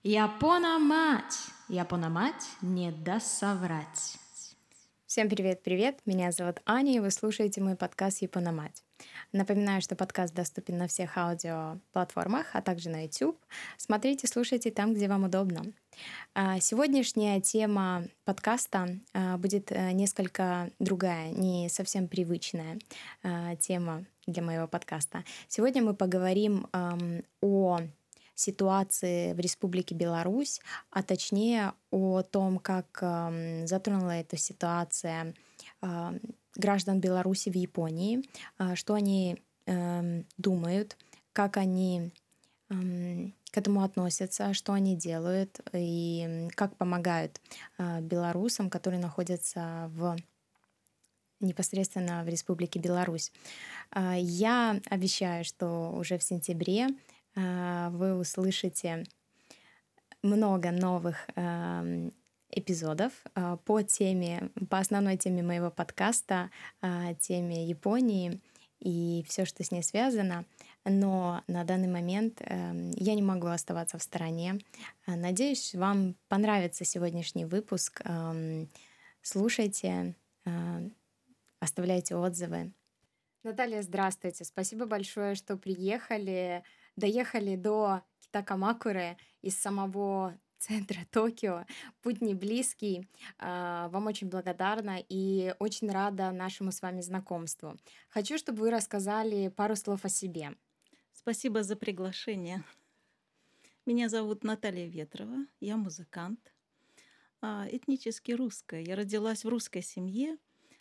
Япона-мать не даст соврать. Всем привет-привет! Меня зовут Аня, и вы слушаете мой подкаст «Япона-мать». Напоминаю, что подкаст доступен на всех аудиоплатформах, а также на YouTube. Смотрите, слушайте там, где вам удобно. Сегодняшняя тема подкаста будет несколько другая, не совсем привычная тема для моего подкаста. Сегодня мы поговорим о ситуации в Республике Беларусь, а точнее о том, как затронула эта ситуация граждан Беларуси в Японии, что они думают, как они к этому относятся, что они делают и как помогают белорусам, которые находятся непосредственно в Республике Беларусь. Я обещаю, что уже в сентябре вы услышите много новых эпизодов по основной теме моего подкаста, теме Японии и все, что с ней связано. Но на данный момент я не могу оставаться в стороне. Надеюсь, вам понравится сегодняшний выпуск. Слушайте, оставляйте отзывы. Наталья, здравствуйте. Спасибо большое, что доехали до Китакамакуры из самого центра Токио. Путь не близкий. Вам очень благодарна и очень рада нашему с вами знакомству. Хочу, чтобы вы рассказали пару слов о себе. Спасибо за приглашение. Меня зовут Наталья Ветрова, я музыкант, этнически русская. Я родилась в русской семье,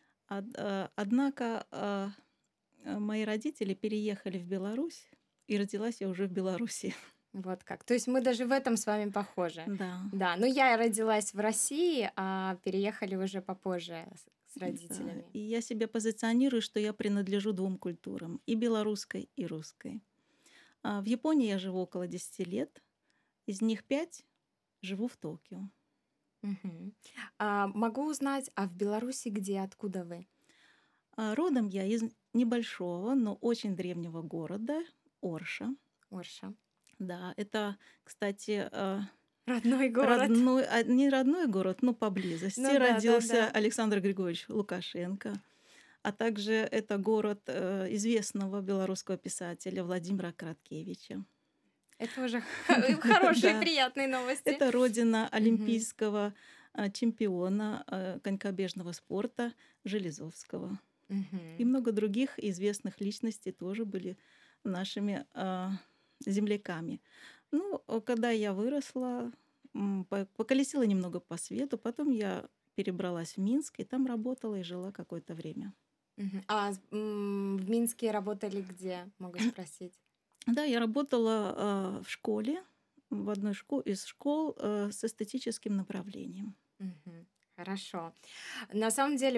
однако мои родители переехали в Беларусь, и родилась я уже в Беларуси. Вот как. То есть мы даже в этом с вами похожи. Да. Да, но я родилась в России, а переехали уже попозже с родителями. Да. И я себя позиционирую, что я принадлежу двум культурам, и белорусской, и русской. В Японии я живу около 10 лет, из них 5 живу в Токио. Угу. Могу узнать, а в Беларуси где, откуда вы? Родом я из небольшого, но очень древнего города Орша. Орша. Да, это, кстати, родной город. Не родной город, но поблизости. Ну, родился Александр Григорьевич Лукашенко, а также это город известного белорусского писателя Владимира Краткевича. Это уже хорошие, приятные новости. Это родина олимпийского чемпиона конькобежного спорта Железовского. И много других известных личностей тоже были нашими земляками. Ну, когда я выросла, поколесила немного по свету, потом я перебралась в Минск, и там работала и жила какое-то время. А в Минске работали где, могу спросить? Да, я работала в школе, в одной из школ с эстетическим направлением. Хорошо. На самом деле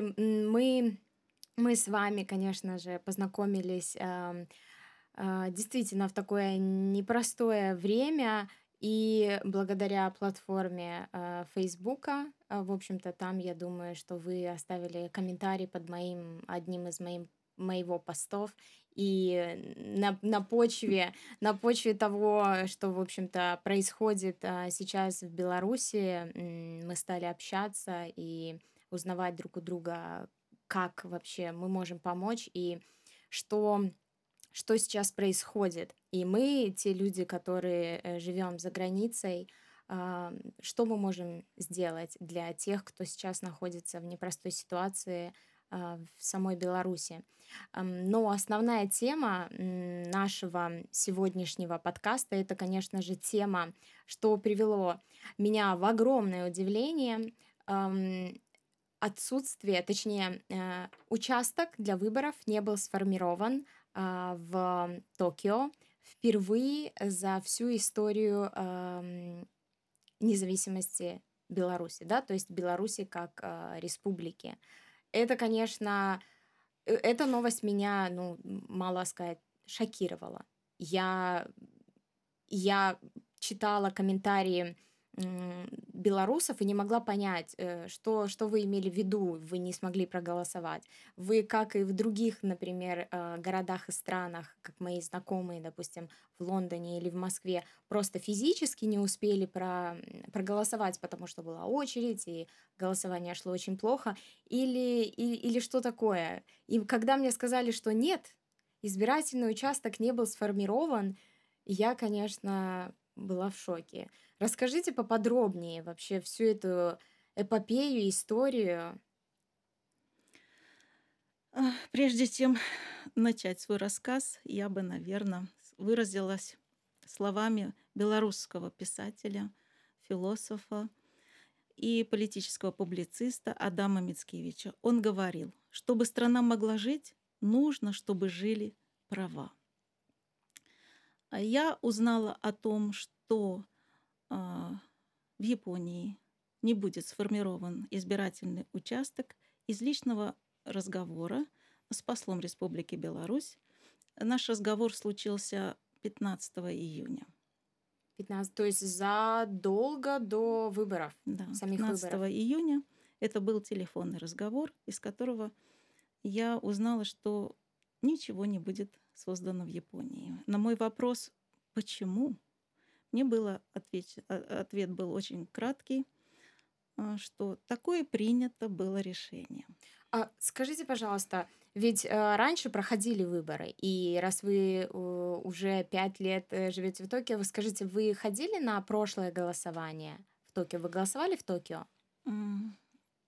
мы с вами, конечно же, познакомились действительно в такое непростое время, и благодаря платформе Фейсбука, в общем-то, там, я думаю, что вы оставили комментарий под одним из моего постов, и на почве того, что, в общем-то, происходит сейчас в Беларуси, мы стали общаться и узнавать друг у друга, как вообще мы можем помочь и что сейчас происходит. И мы, те люди, которые живем за границей, что мы можем сделать для тех, кто сейчас находится в непростой ситуации в самой Беларуси. Но основная тема нашего сегодняшнего подкаста — это, конечно же, тема, что привело меня в огромное удивление, отсутствие, точнее, участок для выборов не был сформирован в Токио впервые за всю историю независимости Беларуси, да, то есть Беларуси как республики. Это, конечно, эта новость меня, мало сказать, шокировала. Я читала комментарии белорусов и не могла понять, что вы имели в виду, вы не смогли проголосовать. Вы, как и в других, например, городах и странах, как мои знакомые, допустим, в Лондоне или в Москве, просто физически не успели проголосовать, потому что была очередь, и голосование шло очень плохо, или что такое? И когда мне сказали, что нет, избирательный участок не был сформирован, я, конечно, была в шоке. Расскажите поподробнее вообще всю эту эпопею, историю. Прежде чем начать свой рассказ, я бы, наверное, выразилась словами белорусского писателя, философа и политического публициста Адама Мицкевича. Он говорил, чтобы страна могла жить, нужно, чтобы жили права. А я узнала о том, что в Японии не будет сформирован избирательный участок из личного разговора с послом Республики Беларусь. Наш разговор случился 15 июня. 15, то есть задолго до выборов, Да, самих 15 выборов. июня это был телефонный разговор, из которого я узнала, что ничего не будет создано в Японии. На мой вопрос, почему, мне было ответ был очень краткий, что такое принято было решение. А скажите, пожалуйста, ведь раньше проходили выборы, и раз вы уже 5 лет живете в Токио, вы скажите, вы ходили на прошлое голосование в Токио? Вы голосовали в Токио? М,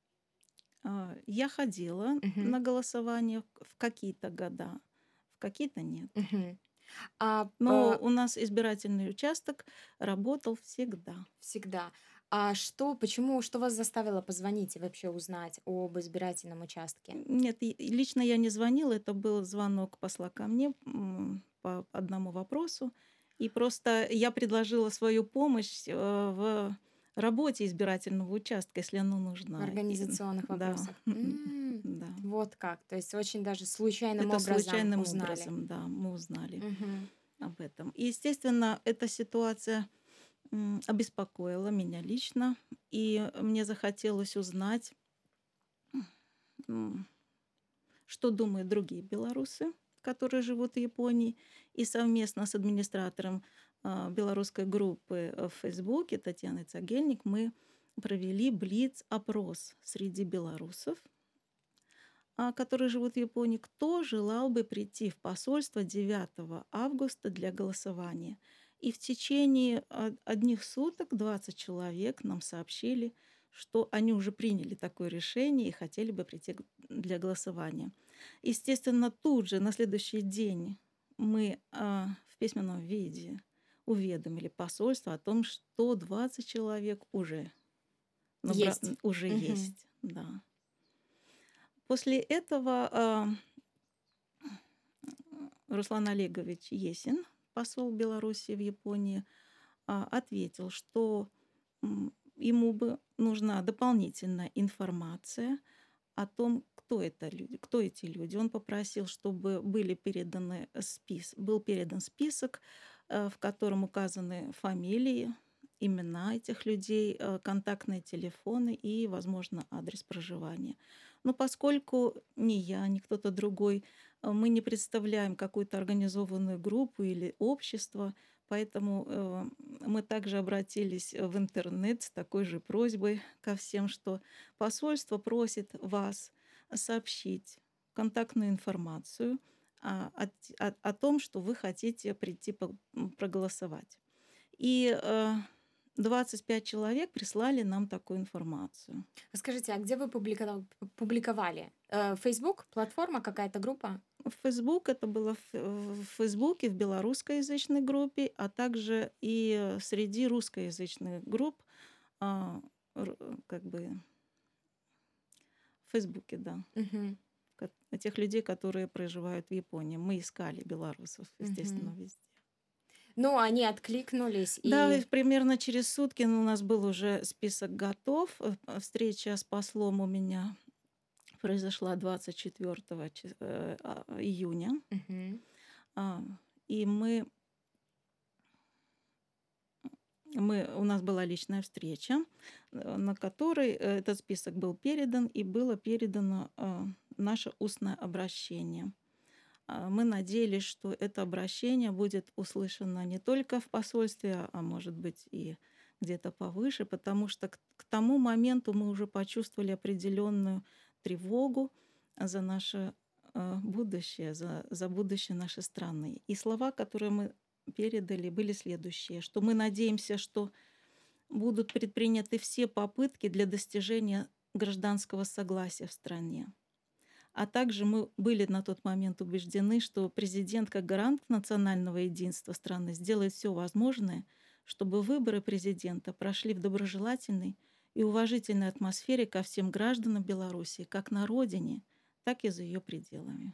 Я ходила Мгм. на голосование в какие-то года, в какие-то нет. Мгм. А Но у нас избирательный участок работал всегда. всегда. Почему, что вас заставило позвонить и вообще узнать об избирательном участке? Нет, лично я не звонила, это был звонок посла ко мне по одному вопросу. И просто я предложила свою помощь в работе избирательного участка, если оно В нужно. организационных Да, вопросах. да. Вот как. То есть очень даже случайным Это образом случайным узнали. образом, да, мы узнали Мгм. об этом. И, естественно, эта ситуация обеспокоила меня лично, и мне захотелось узнать, м, что думают другие белорусы, которые живут в Японии, и совместно с администратором белорусской группы в Фейсбуке Татьяной Цагельник мы провели блиц-опрос среди белорусов, которые живут в Японии, кто желал бы прийти в посольство 9 августа для голосования. И в течение одних суток 20 человек нам сообщили, что они уже приняли такое решение и хотели бы прийти для голосования. Естественно, тут же, на следующий день, мы в письменном виде уведомили посольство о том, что 20 человек уже, Есть. уже Мгм. есть. Да. После этого Руслан Олегович Есин, посол Беларуси в Японии, ответил, что ему бы нужна дополнительная информация о том, кто эти люди. Он попросил, чтобы был передан список, в котором указаны фамилии, имена этих людей, контактные телефоны и, возможно, адрес проживания. Но поскольку ни я, ни кто-то другой, мы не представляем какую-то организованную группу или общество, поэтому мы также обратились в интернет с такой же просьбой ко всем, что посольство просит вас сообщить контактную информацию о том, что вы хотите прийти проголосовать. И 25 человек прислали нам такую информацию. Скажите, а где вы публиковали? Facebook, платформа, какая-то группа? В Facebook это было в Фейсбуке, в белорусскоязычной группе, а также и среди русскоязычных групп, а, как бы в Фейсбуке, да. Мгм. Тех людей, которые проживают в Японии. Мы искали белорусов, естественно, Мгм. везде. Ну, они откликнулись Да, и и... примерно через сутки у нас был уже список готов. Встреча с послом у меня произошла 24 июня. Мгм. А, И мы у нас была личная встреча, на которой этот список был передан, и было передано наше устное обращение. Мы надеялись, что это обращение будет услышано не только в посольстве, а может быть и где-то повыше, потому что к тому моменту мы уже почувствовали определенную тревогу за наше будущее, за будущее нашей страны. И слова, которые мы передали, были следующие, что мы надеемся, что будут предприняты все попытки для достижения гражданского согласия в стране. А также мы были на тот момент убеждены, что президент как гарант национального единства страны сделает все возможное, чтобы выборы президента прошли в доброжелательной и уважительной атмосфере ко всем гражданам Беларуси, как на родине, так и за ее пределами.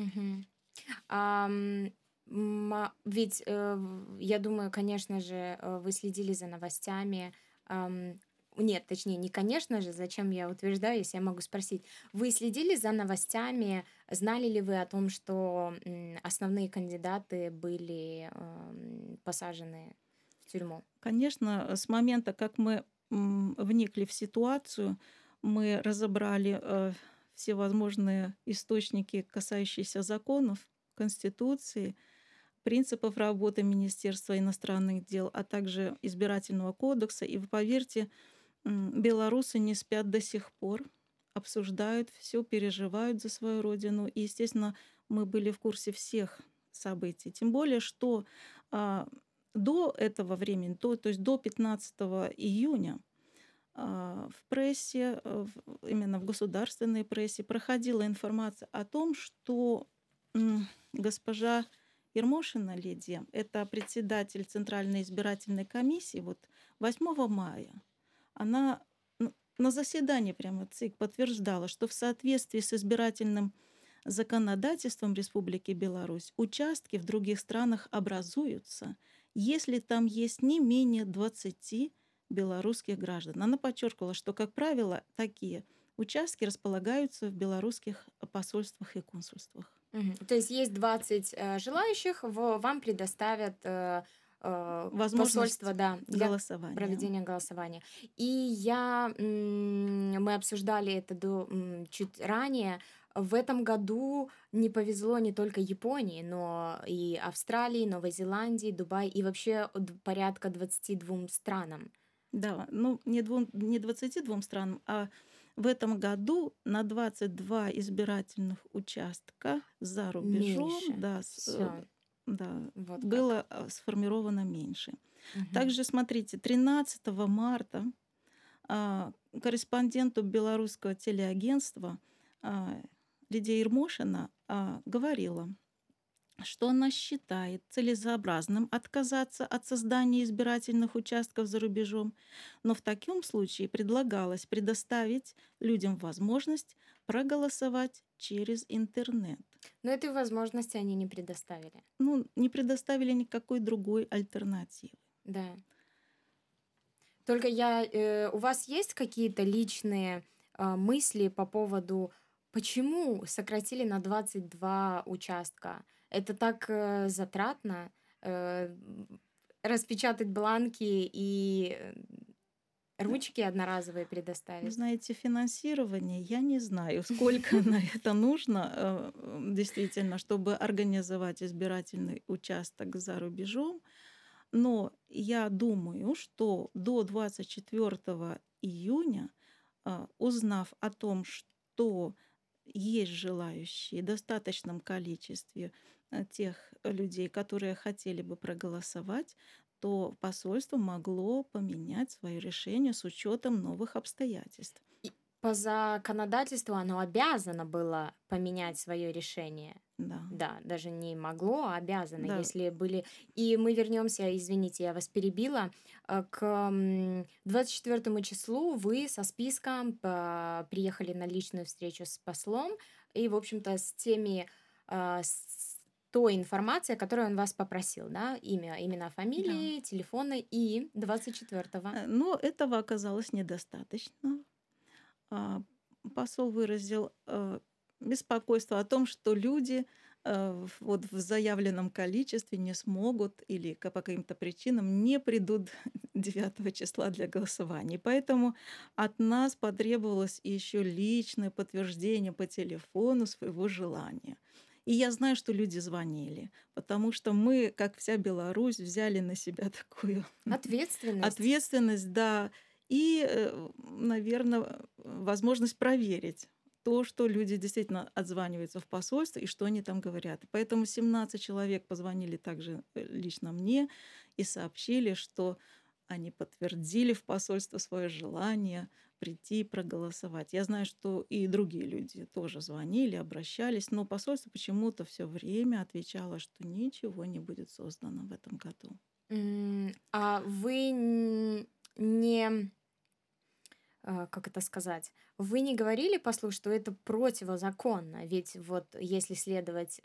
Ведь я думаю, конечно же, вы следили за новостями. Нет, точнее, не конечно же, зачем я утверждаю, если я могу спросить. Вы следили за новостями? Знали ли вы о том, что основные кандидаты были посажены в тюрьму? Конечно, с момента, как мы вникли в ситуацию, мы разобрали все возможные источники, касающиеся законов, Конституции, принципов работы Министерства иностранных дел, а также избирательного кодекса. И вы поверьте, белорусы не спят до сих пор, обсуждают все, переживают за свою родину. И, естественно, мы были в курсе всех событий. Тем более, что до этого времени, то есть до 15 июня, в прессе, именно в государственной прессе, проходила информация о том, что госпожа Ермошина Лидия, это председатель Центральной избирательной комиссии, 8 мая, она на заседании прямо ЦИК подтверждала, что в соответствии с избирательным законодательством Республики Беларусь участки в других странах образуются, если там есть не менее 20 белорусских граждан. Она подчеркивала, что, как правило, такие участки располагаются в белорусских посольствах и консульствах. То есть есть 20 желающих, вам предоставят возможность посольство, да, для голосования. проведения голосования. И мы обсуждали это чуть ранее. В этом году не повезло не только Японии, но и Австралии, Новой Зеландии, Дубай и вообще порядка 22 странам. Да, не 22 странам, а в этом году на 22 избирательных участка за рубежом было сформировано меньше. Также, смотрите, 13 марта корреспонденту белорусского телеагентства Лидия Ермошина говорила, что она считает целесообразным отказаться от создания избирательных участков за рубежом, но в таком случае предлагалось предоставить людям возможность проголосовать через интернет. Но этой возможности они не предоставили. Не предоставили никакой другой альтернативы. Да. Только у вас есть какие-то личные мысли по поводу, почему сократили на 22 участка? Это так затратно распечатать бланки и ручки одноразовые Вы предоставить. знаете, финансирование, я не знаю, сколько на это нужно действительно, чтобы организовать избирательный участок за рубежом. Но я думаю, что до 24 июня, узнав о том, что есть желающие в достаточном количестве тех людей, которые хотели бы проголосовать, то посольство могло поменять свое решение с учетом новых обстоятельств. По законодательству оно обязано было поменять свое решение. Да. Даже не могло, а обязано, Да. если были. И мы вернемся, извините, я вас перебила, к 24 числу вы со списком приехали на личную встречу с послом и, в общем-то, с той информацией, которую он вас попросил, да, имена, фамилии, телефоны, и 24-го. Но этого оказалось недостаточно. Посол выразил беспокойство о том, что люди вот в заявленном количестве не смогут или по каким-то причинам не придут 9 числа для голосования. Поэтому от нас потребовалось еще личное подтверждение по телефону своего желания. И я знаю, что люди звонили, потому что мы, как вся Беларусь, взяли на себя такую ответственность, да, и, наверное, возможность проверить то, что люди действительно отзваниваются в посольство и что они там говорят. Поэтому 17 человек позвонили также лично мне и сообщили, что они подтвердили в посольство свое желание прийти и проголосовать. Я знаю, что и другие люди тоже звонили, обращались, но посольство почему-то все время отвечало, что ничего не будет создано в этом году. А вы не, как это сказать, вы не говорили послу, что это противозаконно? Ведь вот если следовать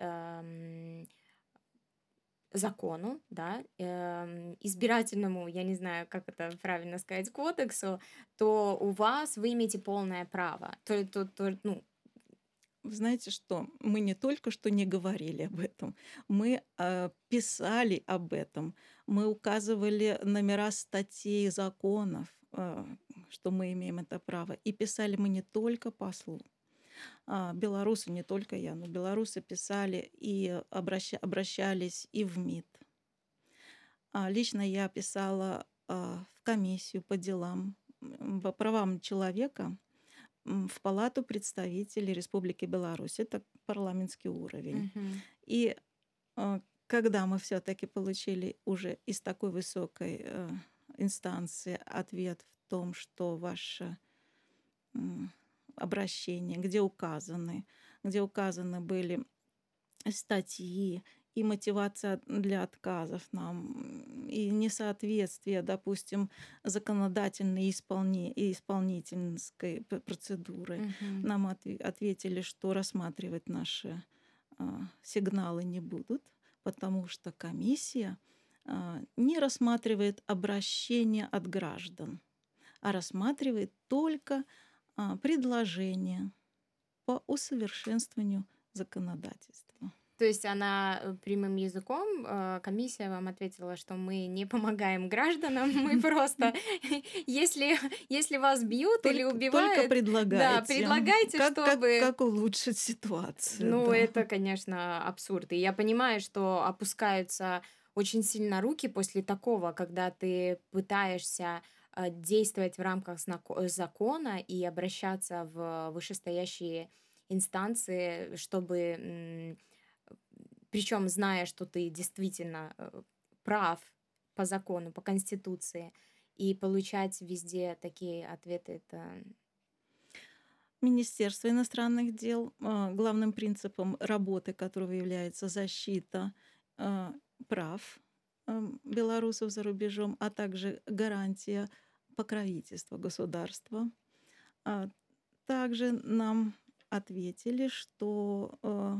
закону, да, избирательному, я не знаю, как это правильно сказать, кодексу, то вы имеете полное право. Ну, Вы знаете что? Мы не только что не говорили об этом, мы писали об этом, мы указывали номера статей, законов, что мы имеем это право. И писали мы не только послу, белорусы, не только я, но белорусы писали и обращались и в МИД. Лично я писала в комиссию по делам по правам человека в Палату представителей Республики Беларусь. Это парламентский уровень. И когда мы все-таки получили уже из такой высокой инстанции ответ в том, что ваше обращение, где указаны были статьи и мотивация для отказов нам, и несоответствие, допустим, законодательной и исполнительской процедуры. Нам ответили, что рассматривать наши сигналы не будут, потому что комиссия не рассматривает обращения от граждан, а рассматривает только предложения по усовершенствованию законодательства. То есть она прямым языком, комиссия вам ответила, что мы не помогаем гражданам, мы просто, если вас бьют или убивают, только предлагайте, предлагайте, чтобы... как улучшить ситуацию. Ну, это, конечно, абсурд. И я понимаю, что опускаются очень сильно руки после такого, когда ты пытаешься действовать в рамках закона и обращаться в вышестоящие инстанции, чтобы, причем зная, что ты действительно прав по закону, по Конституции, и получать везде такие ответы, это... Министерство иностранных дел, главным принципом работы которого является защита прав белорусов за рубежом, а также гарантия покровительства государства. Также нам ответили, что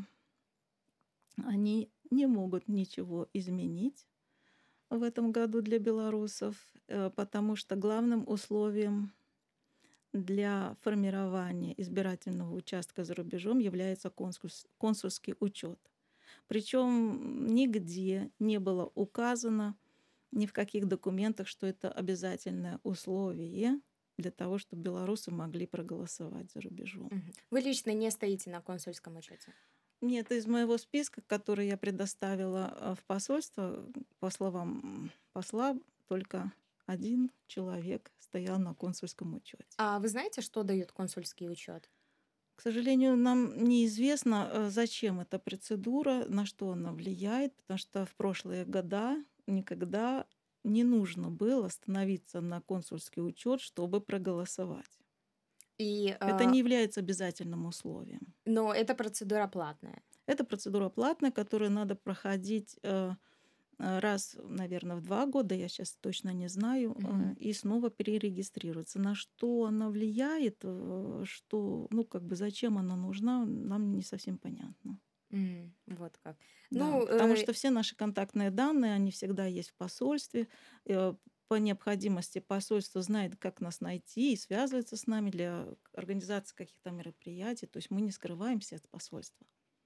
они не могут ничего изменить в этом году для белорусов, потому что главным условием для формирования избирательного участка за рубежом является консульский учет. Причем нигде не было указано, ни в каких документах, что это обязательное условие для того, чтобы белорусы могли проголосовать за рубежом. Вы лично не стоите на консульском учете? Нет, из моего списка, который я предоставила в посольство, по словам посла, только один человек стоял на консульском учете. А вы знаете, что дает консульский учет? К сожалению, нам неизвестно, зачем эта процедура, на что она влияет, потому что в прошлые года никогда не нужно было становиться на консульский учет, чтобы проголосовать. Это не является обязательным условием. Но эта процедура платная. Это процедура платная, которую надо проходить раз, наверное, в 2 года, я сейчас точно не знаю, и снова перерегистрироваться. На что она влияет, что, зачем она нужна, нам не совсем понятно. Вот как. Да, потому что все наши контактные данные, они всегда есть в посольстве. По необходимости посольство знает, как нас найти и связывается с нами для организации каких-то мероприятий. То есть мы не скрываемся от посольства.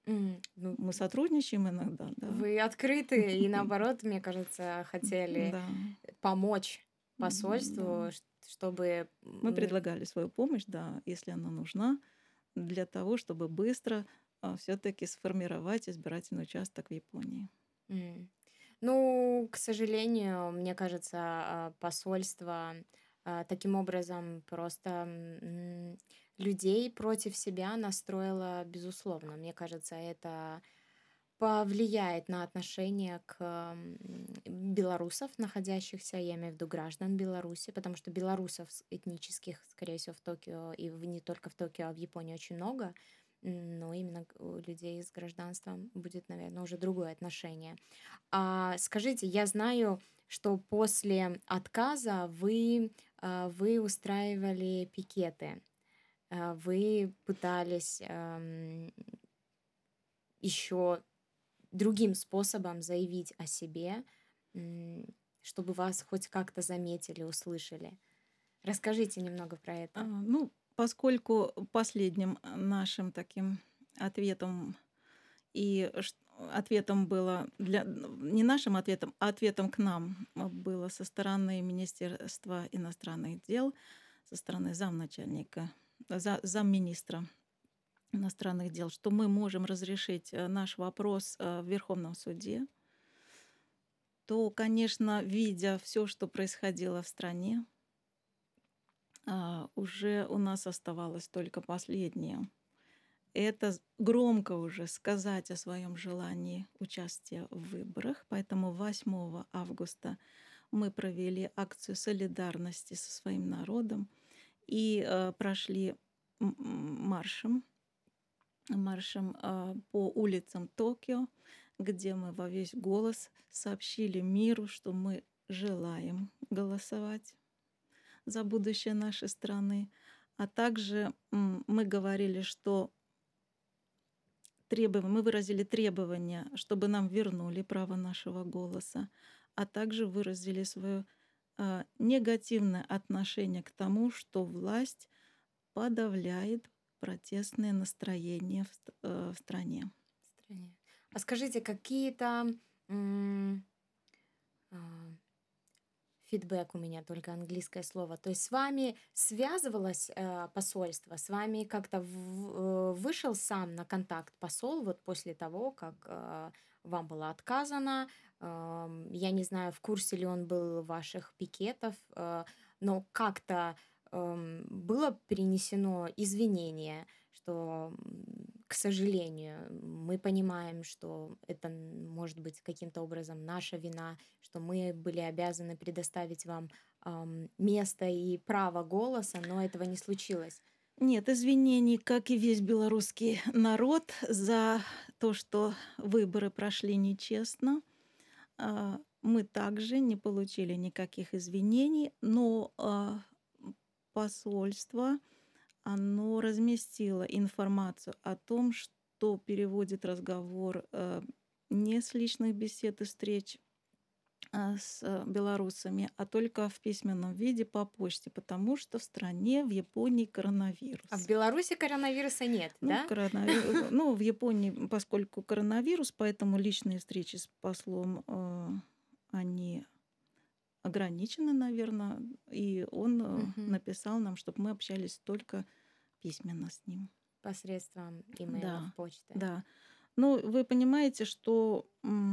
Ну, Мы сотрудничаем иногда, да. вы открыты и наоборот, мне кажется, хотели Да, помочь да. посольству, чтобы Мы предлагали свою помощь, да, если она нужна, для того, чтобы быстро все-таки сформировать избирательный участок в Японии. М. Ну, к сожалению, мне кажется, посольство таким образом просто людей против себя настроило, безусловно. Мне кажется, это повлияет на отношение к белорусов, находящихся, я имею в виду граждан Беларуси, потому что белорусов этнических, скорее всего, в Токио и не только в Токио, а в Японии очень много, но именно у людей с гражданством будет, наверное, уже другое отношение. Скажите, я знаю, что после отказа вы устраивали пикеты, вы пытались еще другим способом заявить о себе, м, чтобы вас хоть как-то заметили, услышали. Расскажите немного про это. Ну, поскольку последним нашим таким ответом ответом было не нашим ответом, а ответом к нам было со стороны Министерства иностранных дел, со стороны замначальника, замминистра иностранных дел, что мы можем разрешить наш вопрос в Верховном суде, то, конечно, видя все, что происходило в стране, уже у нас оставалось только последнее. Это громко уже сказать о своем желании участия в выборах. Поэтому 8 августа мы провели акцию солидарности со своим народом и прошли маршем по улицам Токио, где мы во весь голос сообщили миру, что мы желаем голосовать за будущее нашей страны. А также мы говорили, что мы выразили требования, чтобы нам вернули право нашего голоса, а также выразили свое негативное отношение к тому, что власть подавляет протестные настроения в стране. Стране. А скажите, какие-то фидбэк у меня только английское слово. То есть с вами связывалось посольство, с вами как-то вышел сам на контакт посол вот после того, как вам было отказано. Я не знаю, в курсе ли он был ваших пикетов, но как-то было принесено извинение, что, к сожалению, мы понимаем, что это может быть каким-то образом наша вина, что мы были обязаны предоставить вам место и право голоса, но этого не случилось. Нет извинений, как и весь белорусский народ, за то, что выборы прошли нечестно. Мы также не получили никаких извинений, но посольство, оно разместило информацию о том, что переводит разговор не с личных бесед и встреч с белорусами, а только в письменном виде по почте, потому что в стране, в Японии коронавирус. А в Беларуси коронавируса нет, да? В Японии, поскольку коронавирус, поэтому личные встречи с послом, они ограничены, наверное, и он написал нам, чтобы мы общались только письменно с ним. Посредством имейлов, почты. Да. Ну, вы понимаете, что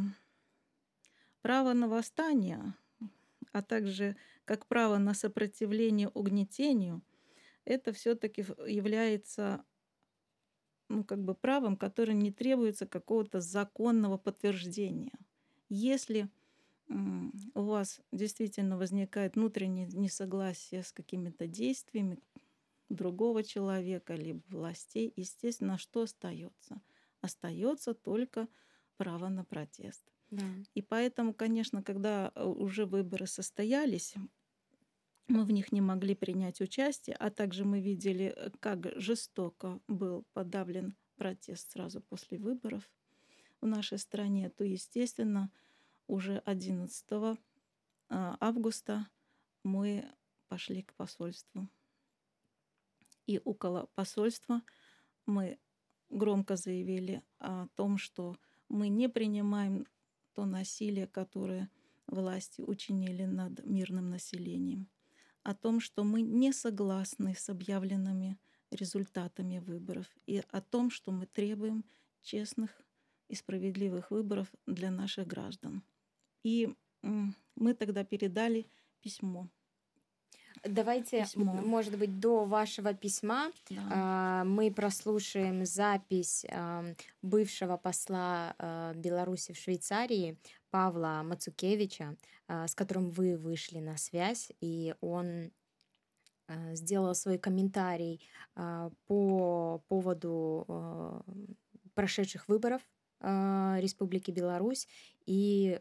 право на восстание, а также как право на сопротивление угнетению, это все-таки является правом, которое не требуется какого-то законного подтверждения. Если у вас действительно возникает внутреннее несогласие с какими-то действиями другого человека либо властей, естественно, что остается? Остается только право на протест. Да. И поэтому, конечно, когда уже выборы состоялись, мы в них не могли принять участие, а также мы видели, как жестоко был подавлен протест сразу после выборов в нашей стране, то, естественно, уже 11 августа мы пошли к посольству. И около посольства мы громко заявили о том, что мы не принимаем то насилие, которое власти учинили над мирным населением, о том, что мы не согласны с объявленными результатами выборов и о том, что мы требуем честных и справедливых выборов для наших граждан. И мы тогда передали письмо. Давайте, может быть, до вашего письма мы прослушаем запись бывшего посла Беларуси в Швейцарии Павла Мацукевича, с которым вы вышли на связь, и он сделал свой комментарий по поводу прошедших выборов Республики Беларусь и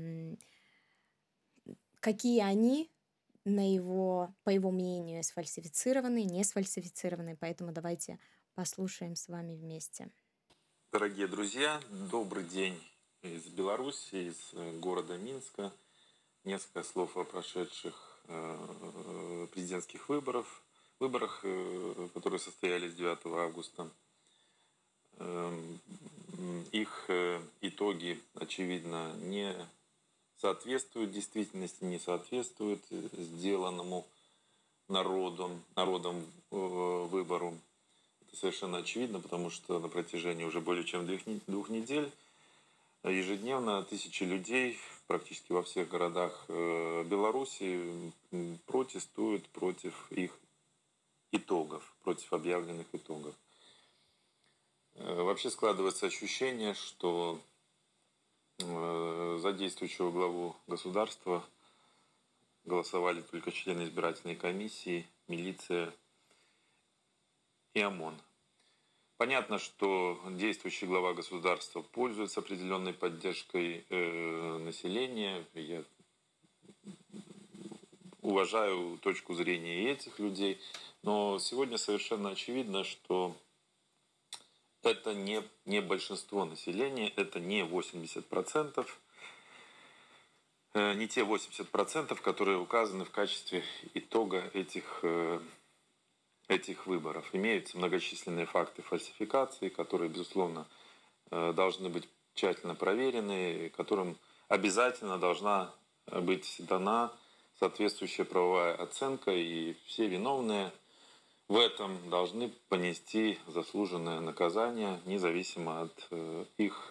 какие они, по его мнению, сфальсифицированы, не сфальсифицированы. Поэтому давайте послушаем с вами вместе. Дорогие друзья, добрый день из Беларуси, из города Минска. Несколько слов о прошедших президентских выборах, которые состоялись 9 августа. Их итоги, очевидно, не соответствуют действительности, не соответствуют сделанному народом выбору. Это совершенно очевидно, потому что на протяжении уже более чем 2 недель ежедневно тысячи людей практически во всех городах Беларуси протестуют против их итогов, против объявленных итогов. Вообще складывается ощущение, что за действующего главу государства голосовали только члены избирательной комиссии, милиция и ОМОН. Понятно, что действующий глава государства пользуется определенной поддержкой населения. Я уважаю точку зрения и этих людей, но сегодня совершенно очевидно, что это не большинство населения, это не 80%, не те 80%, которые указаны в качестве итога этих выборов. Имеются многочисленные факты фальсификации, которые, безусловно, должны быть тщательно проверены, которым обязательно должна быть дана соответствующая правовая оценка, и все виновные в этом должны понести заслуженное наказание, независимо от их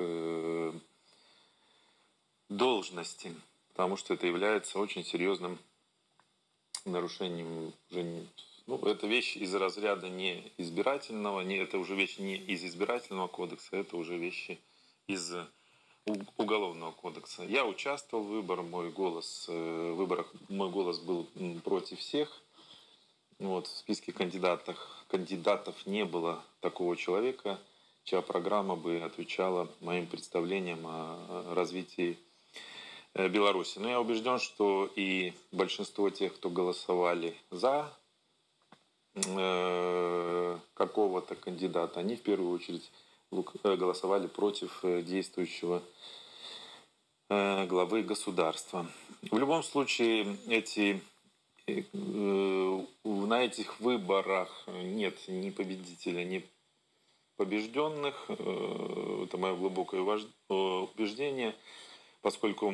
должности, потому что это является очень серьезным нарушением. Это вещь из разряда не избирательного, это уже вещь не из избирательного кодекса, это уже вещи из Уголовного кодекса. Я участвовал в выборах, мой голос был против всех. В списке кандидатов не было такого человека, чья программа бы отвечала моим представлениям о развитии Беларуси. Но я убежден, что и большинство тех, кто голосовали за какого-то кандидата, они в первую очередь голосовали против действующего главы государства. В любом случае, на этих выборах нет ни победителя, ни побежденных. Это мое глубокое убеждение, поскольку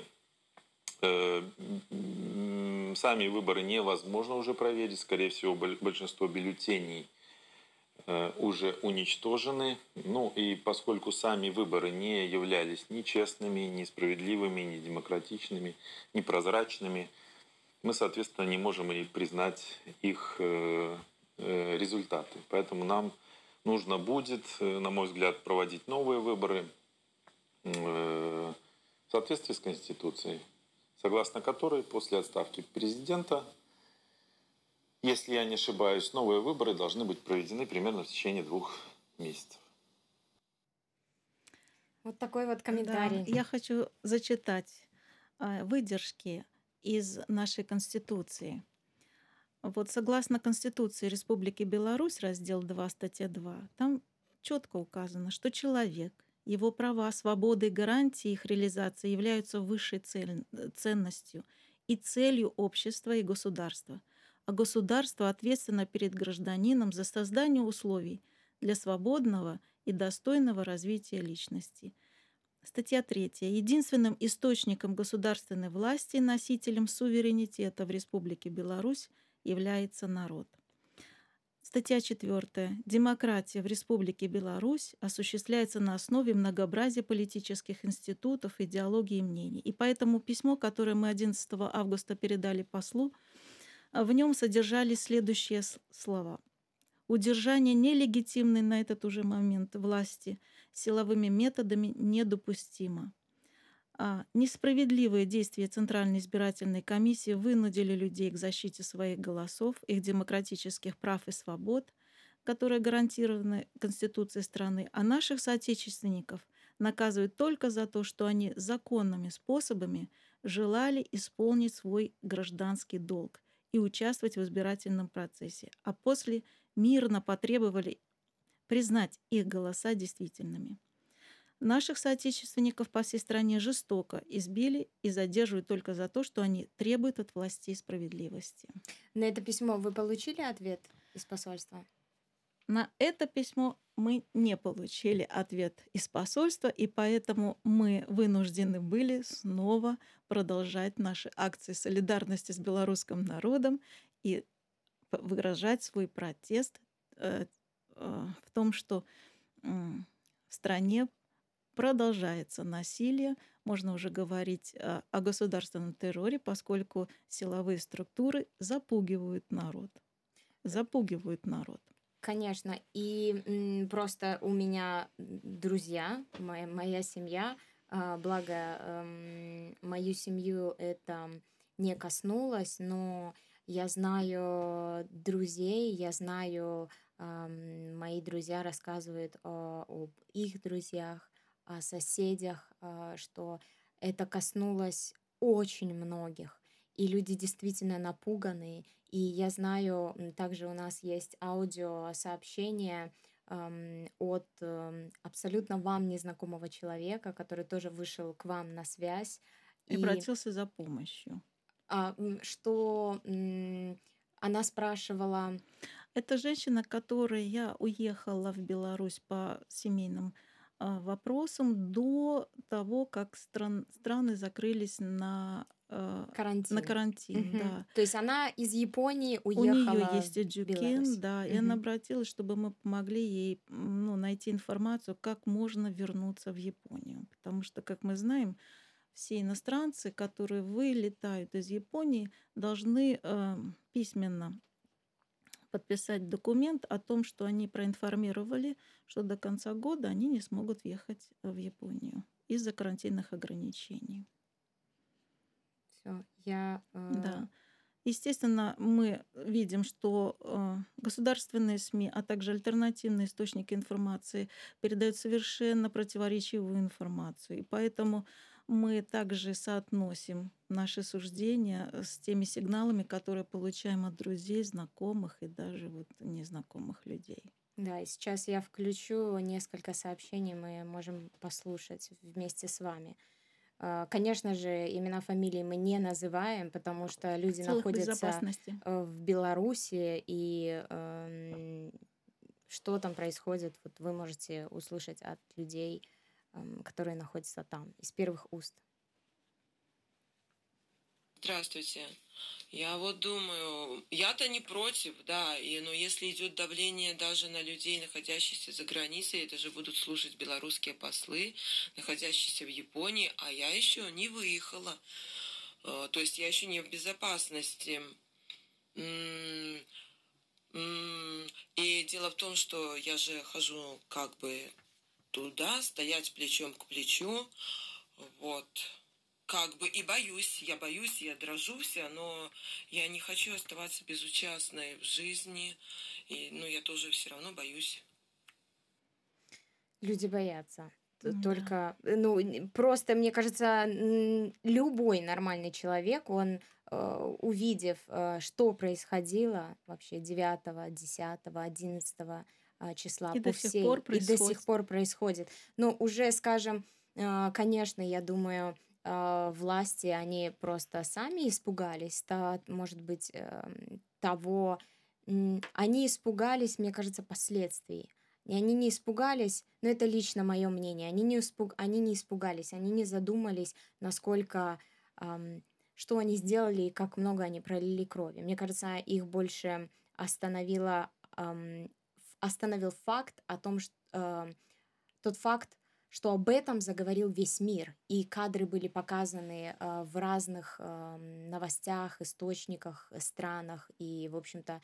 сами выборы невозможно уже проверить. Скорее всего, большинство бюллетеней уже уничтожены. И поскольку сами выборы не являлись ни честными, ни справедливыми, ни демократичными, ни прозрачными, мы, соответственно, не можем и признать их результаты. Поэтому нам нужно будет, на мой взгляд, проводить новые выборы в соответствии с Конституцией, согласно которой после отставки президента, если я не ошибаюсь, новые выборы должны быть проведены примерно в течение 2 месяцев. Вот такой вот комментарий. Да, я хочу зачитать выдержки из нашей Конституции. Согласно Конституции Республики Беларусь, раздел 2, статья 2, там четко указано, что человек, его права, свободы и гарантии их реализации являются высшей ценностью и целью общества и государства. А государство ответственно перед гражданином за создание условий для свободного и достойного развития личности. Статья 3. Единственным источником государственной власти, носителем суверенитета в Республике Беларусь является народ. Статья 4. Демократия в Республике Беларусь осуществляется на основе многообразия политических институтов, идеологий и мнений. И поэтому письмо, которое мы 11 августа передали послу, в нем содержались следующие слова. Удержание нелегитимной на этот уже момент власти силовыми методами недопустимо. Несправедливые действия Центральной избирательной комиссии вынудили людей к защите своих голосов, их демократических прав и свобод, которые гарантированы Конституцией страны, а наших соотечественников наказывают только за то, что они законными способами желали исполнить свой гражданский долг и участвовать в избирательном процессе, а после мирно потребовали признать их голоса действительными. Наших соотечественников по всей стране жестоко избили и задерживают только за то, что они требуют от властей справедливости. На это письмо вы получили ответ из посольства? На это письмо мы не получили ответ из посольства, и поэтому мы вынуждены были снова продолжать наши акции солидарности с белорусским народом и выражать свой протест в том, что в стране продолжается насилие, можно уже говорить о государственном терроре, поскольку силовые структуры запугивают народ. Конечно. И просто у меня друзья, моя семья, благо мою семью это не коснулось, но я знаю друзей, мои друзья рассказывают об их друзьях, о соседях, что это коснулось очень многих. И люди действительно напуганы. И я знаю, также у нас есть аудиосообщение от абсолютно вам незнакомого человека, который тоже вышел к вам на связь. И обратился за помощью. Что она спрашивала... Это женщина, которая уехала в Беларусь по семейным вопросам до того, как страны закрылись на карантин. Да. То есть она из Японии уехала. У нее есть эджукен, да, и она обратилась, чтобы мы помогли ей найти информацию, как можно вернуться в Японию. Потому что, как мы знаем, все иностранцы, которые вылетают из Японии, должны письменно подписать документ о том, что они проинформировали, что до конца года они не смогут въехать в Японию из-за карантинных ограничений. Все, Да. Естественно, мы видим, что государственные СМИ, а также альтернативные источники информации передают совершенно противоречивую информацию. И поэтому мы также соотносим наши суждения с теми сигналами, которые получаем от друзей, знакомых и даже незнакомых людей. Да, и сейчас я включу несколько сообщений, мы можем послушать вместе с вами. Конечно же, имена, фамилии мы не называем, потому что люди находятся в Беларуси, и что там происходит, вы можете услышать от людей, которые находятся там, из первых уст. Здравствуйте. Я думаю, я-то не против, да, но если идет давление даже на людей, находящихся за границей, это же будут слушать белорусские послы, находящиеся в Японии, а я еще не выехала. То есть я еще не в безопасности. И дело в том, что я же хожу как бы туда, стоять плечом к плечу, как бы и боюсь, я дрожу вся, но я не хочу оставаться безучастной в жизни, я тоже все равно боюсь. Люди боятся. Только, просто, мне кажется, любой нормальный человек, он, увидев, что происходило вообще 9, 10, 11 числа и по всей, и до сих пор происходит. Но уже, скажем, конечно, я думаю, власти, они просто сами испугались, может быть, они испугались, мне кажется, последствий. И они не испугались, но это лично мое мнение, они не испугались, они не задумались, насколько, что они сделали и как много они пролили крови. Мне кажется, их больше остановил факт о том, что тот факт, что об этом заговорил весь мир, и кадры были показаны в разных новостях, источниках, странах, и, в общем-то,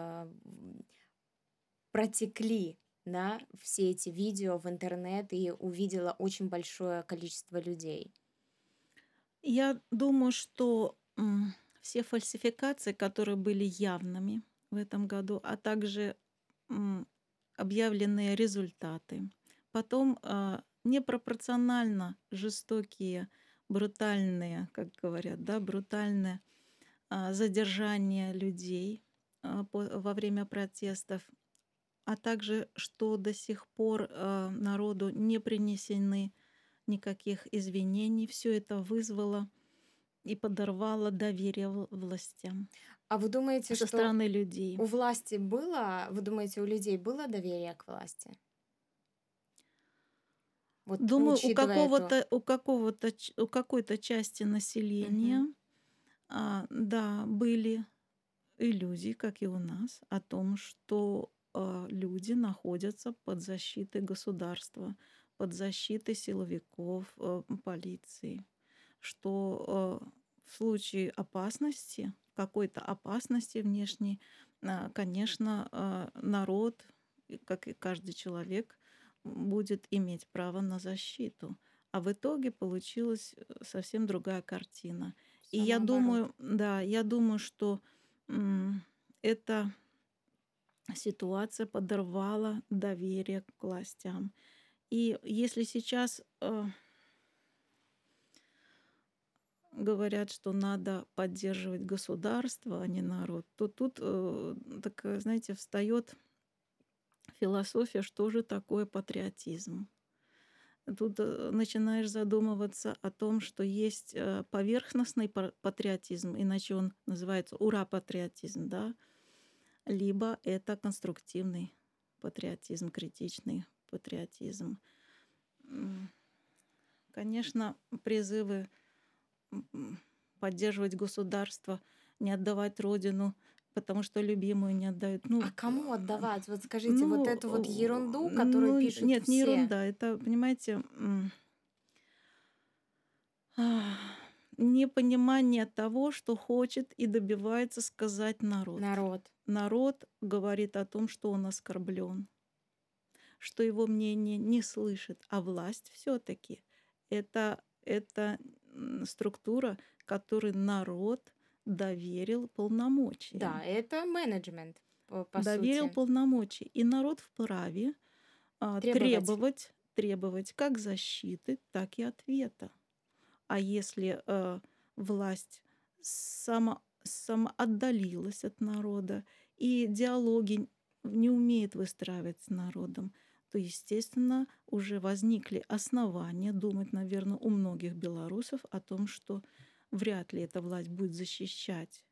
протекли, да, все эти видео в интернет, и увидела очень большое количество людей. Я думаю, что все фальсификации, которые были явными в этом году, а также объявленные результаты, потом непропорционально жестокие, брутальные, как говорят, да, брутальное задержание людей во время протестов, а также что до сих пор народу не принесены никаких извинений. Все это вызвало и подорвало доверие властям А вы думаете, со что стороны людей. у власти было, вы думаете, у людей было доверие к власти? Вот Думаю, учитывая эту... у какой-то части населения, да, были иллюзии, как и у нас, о том, что люди находятся под защитой государства, под защитой силовиков, полиции, что в случае опасности, какой-то опасности внешней, конечно, народ, как и каждый человек, будет иметь право на защиту. А в итоге получилась совсем другая картина. И Всё я наоборот. думаю, что эта ситуация подорвала доверие к властям. И если сейчас говорят, что надо поддерживать государство, а не народ, то тут, такая, знаете, встает философия, что же такое патриотизм. Тут начинаешь задумываться о том, что есть поверхностный патриотизм, иначе он называется ура-патриотизм, да, либо это конструктивный патриотизм, критичный патриотизм. Конечно, призывы поддерживать государство, не отдавать родину, потому что любимую не отдают. А кому отдавать? Вот скажите, вот эту вот ерунду, которую пишут нет, не все. ерунда. Это, понимаете, непонимание того, что хочет и добивается сказать народ. Народ говорит о том, что он оскорблен, что его мнение не слышит, а власть все-таки это структура, которой народ доверил полномочия. Да, это менеджмент, по Доверил сути. полномочия. И народ вправе требовать как защиты, так и ответа. А если власть самоотдалилась от народа и диалоги не умеет выстраивать с народом, то, естественно, уже возникли основания думать, наверное, у многих белорусов о том, что вряд ли эта власть будет защищать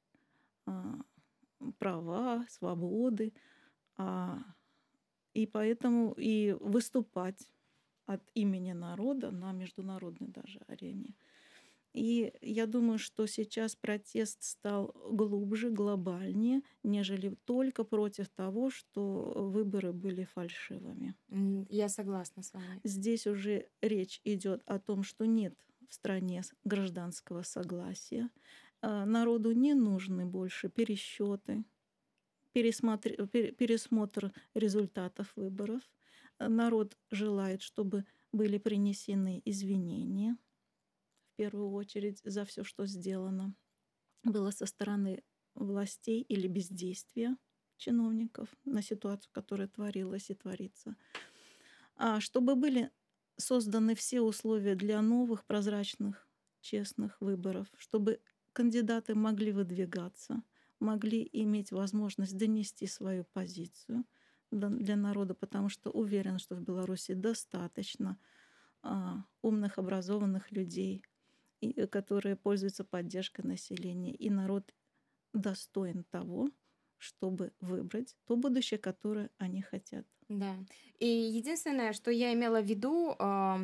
права, свободы, и поэтому и выступать от имени народа на международной даже арене. И я думаю, что сейчас протест стал глубже, глобальнее, нежели только против того, что выборы были фальшивыми. Я согласна с вами. Здесь уже речь идет о том, что нет в стране гражданского согласия. Народу не нужны больше пересчеты, пересмотр результатов выборов. Народ желает, чтобы были принесены извинения, в первую очередь, за все, что сделано было со стороны властей или бездействия чиновников на ситуацию, которая творилась и творится. Чтобы были созданы все условия для новых, прозрачных, честных выборов, чтобы кандидаты могли выдвигаться, могли иметь возможность донести свою позицию для народа, потому что уверен, что в Беларуси достаточно умных, образованных людей, которые пользуются поддержкой населения. И народ достоин того, чтобы выбрать то будущее, которое они хотят. Да. И единственное, что я имела в виду,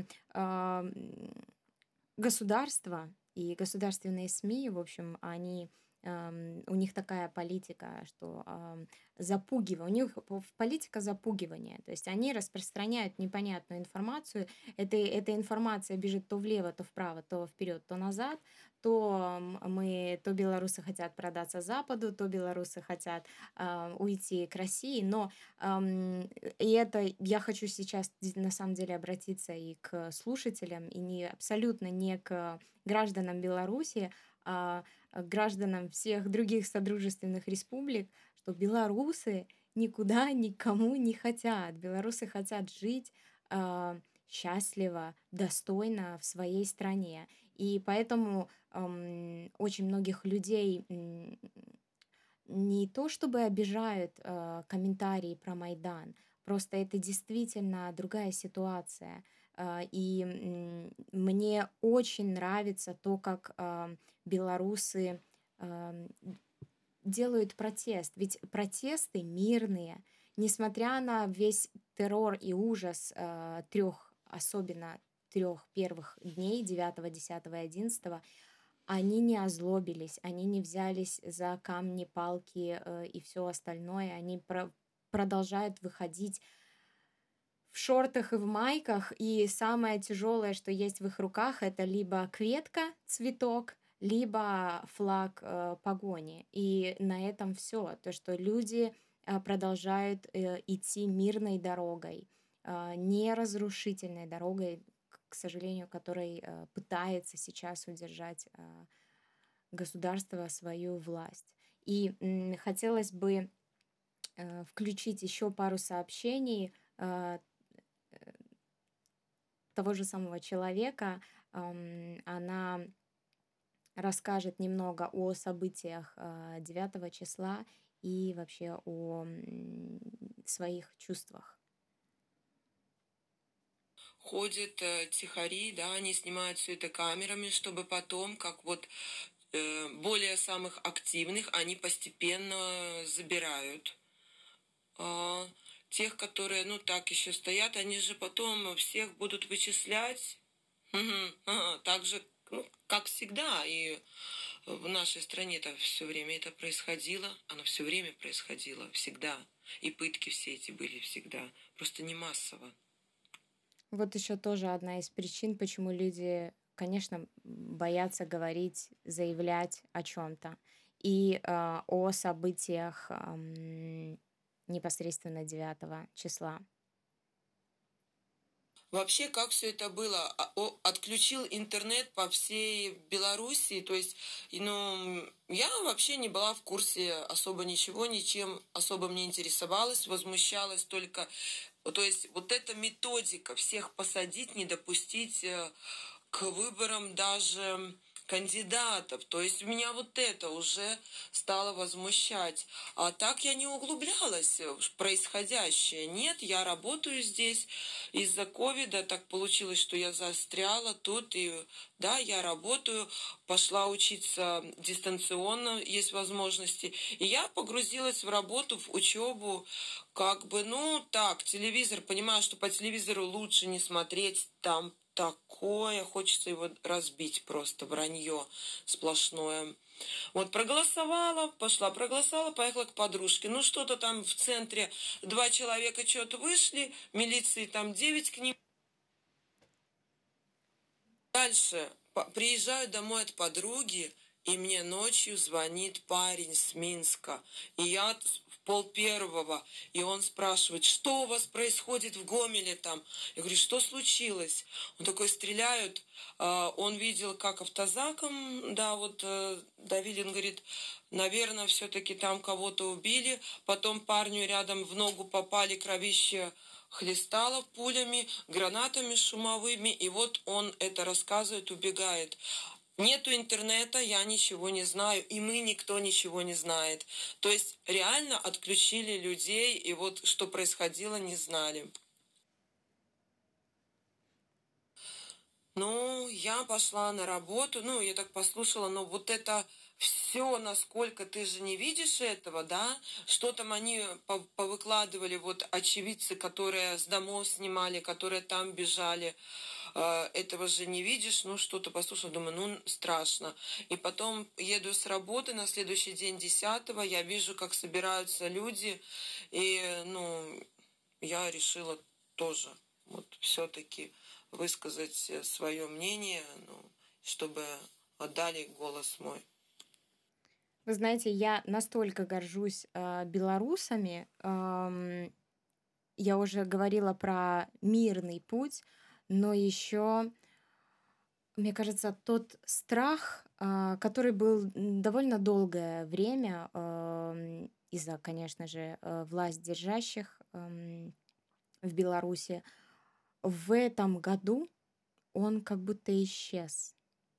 государство и государственные СМИ, в общем, они, у них такая политика, что у них политика запугивания, то есть они распространяют непонятную информацию, эта информация бежит то влево, то вправо, то вперед, то назад, то белорусы хотят продаться Западу, то белорусы хотят уйти к России, но и это я хочу сейчас на самом деле обратиться и к слушателям, и абсолютно не к гражданам Беларуси, а к гражданам всех других содружественных республик, что белорусы никуда никому не хотят. Белорусы хотят жить счастливо, достойно в своей стране. И поэтому очень многих людей не то чтобы обижают комментарии про Майдан, просто это действительно другая ситуация. И мне очень нравится то, как белорусы делают протест. Ведь протесты мирные, несмотря на весь террор и ужас особенно трех первых дней, 9, 10 и 11, они не озлобились, они не взялись за камни, палки и все остальное. Они продолжают выходить в шортах и в майках, и самое тяжелое, что есть в их руках, это либо кветка, цветок, либо флаг погони. И на этом все. То, что люди продолжают идти мирной дорогой, не разрушительной дорогой, к сожалению, которой пытается сейчас удержать государство свою власть. И хотелось бы включить еще пару сообщений того же самого человека. Она расскажет немного о событиях 9 числа и вообще о своих чувствах. Ходят тихари, да, они снимают все это камерами, чтобы потом, как вот более самых активных, они постепенно забирают. Тех, которые, ну, так еще стоят, они же потом всех будут вычислять. Так же, ну, как всегда. И в нашей стране это все время это происходило. Оно все время происходило, всегда. И пытки все эти были всегда. Просто не массово. Вот еще тоже одна из причин, почему люди, конечно, боятся говорить, заявлять о чем-то. И о событиях непосредственно 9 числа. Вообще, как все это было? Отключил интернет по всей Белоруссии, то есть, ну, я вообще не была в курсе особо ничего, ничем особо не интересовалась, возмущалась только, то есть, вот эта методика всех посадить, не допустить к выборам даже кандидатов. То есть меня вот это уже стало возмущать. А так я не углублялась в происходящее. Нет, я работаю здесь. Из-за ковида так получилось, что я застряла тут. И да, я работаю, пошла учиться дистанционно, есть возможности. И я погрузилась в работу, в учебу. Как бы, ну так, телевизор, понимаю, что по телевизору лучше не смотреть, там такое, хочется его разбить просто, вранье сплошное. Вот проголосовала, пошла, проголосовала, поехала к подружке. Ну что-то там в центре 2 человека что-то вышли, милиции там 9 к ним. Дальше приезжаю домой от подруги, и мне ночью звонит парень с Минска. И я в 12:30, и он спрашивает, что у вас происходит в Гомеле там? Я говорю, что случилось? Он такой, стреляют. Он видел, как автозаком, да, вот давили, он говорит, наверное, все-таки там кого-то убили. Потом парню рядом в ногу попали, кровище хлестало пулями, гранатами шумовыми, и вот он это рассказывает, убегает. Нету интернета, я ничего не знаю, и мы никто ничего не знает. То есть реально отключили людей, и вот что происходило, не знали. Ну, я пошла на работу, ну, я так послушала, но вот это все, насколько ты же не видишь этого, да, что там они повыкладывали, вот очевидцы, которые с домов снимали, которые там бежали, этого же не видишь, ну что-то послушала, думаю, ну страшно. И потом еду с работы на следующий день 10-го, я вижу, как собираются люди, и, ну, я решила тоже вот все-таки высказать свое мнение, ну, чтобы отдали голос мой. Вы знаете, я настолько горжусь белорусами. Я уже говорила про мирный путь, но еще, мне кажется, тот страх, который был довольно долгое время из-за, конечно же, власть держащих в Беларуси, в этом году он как будто исчез.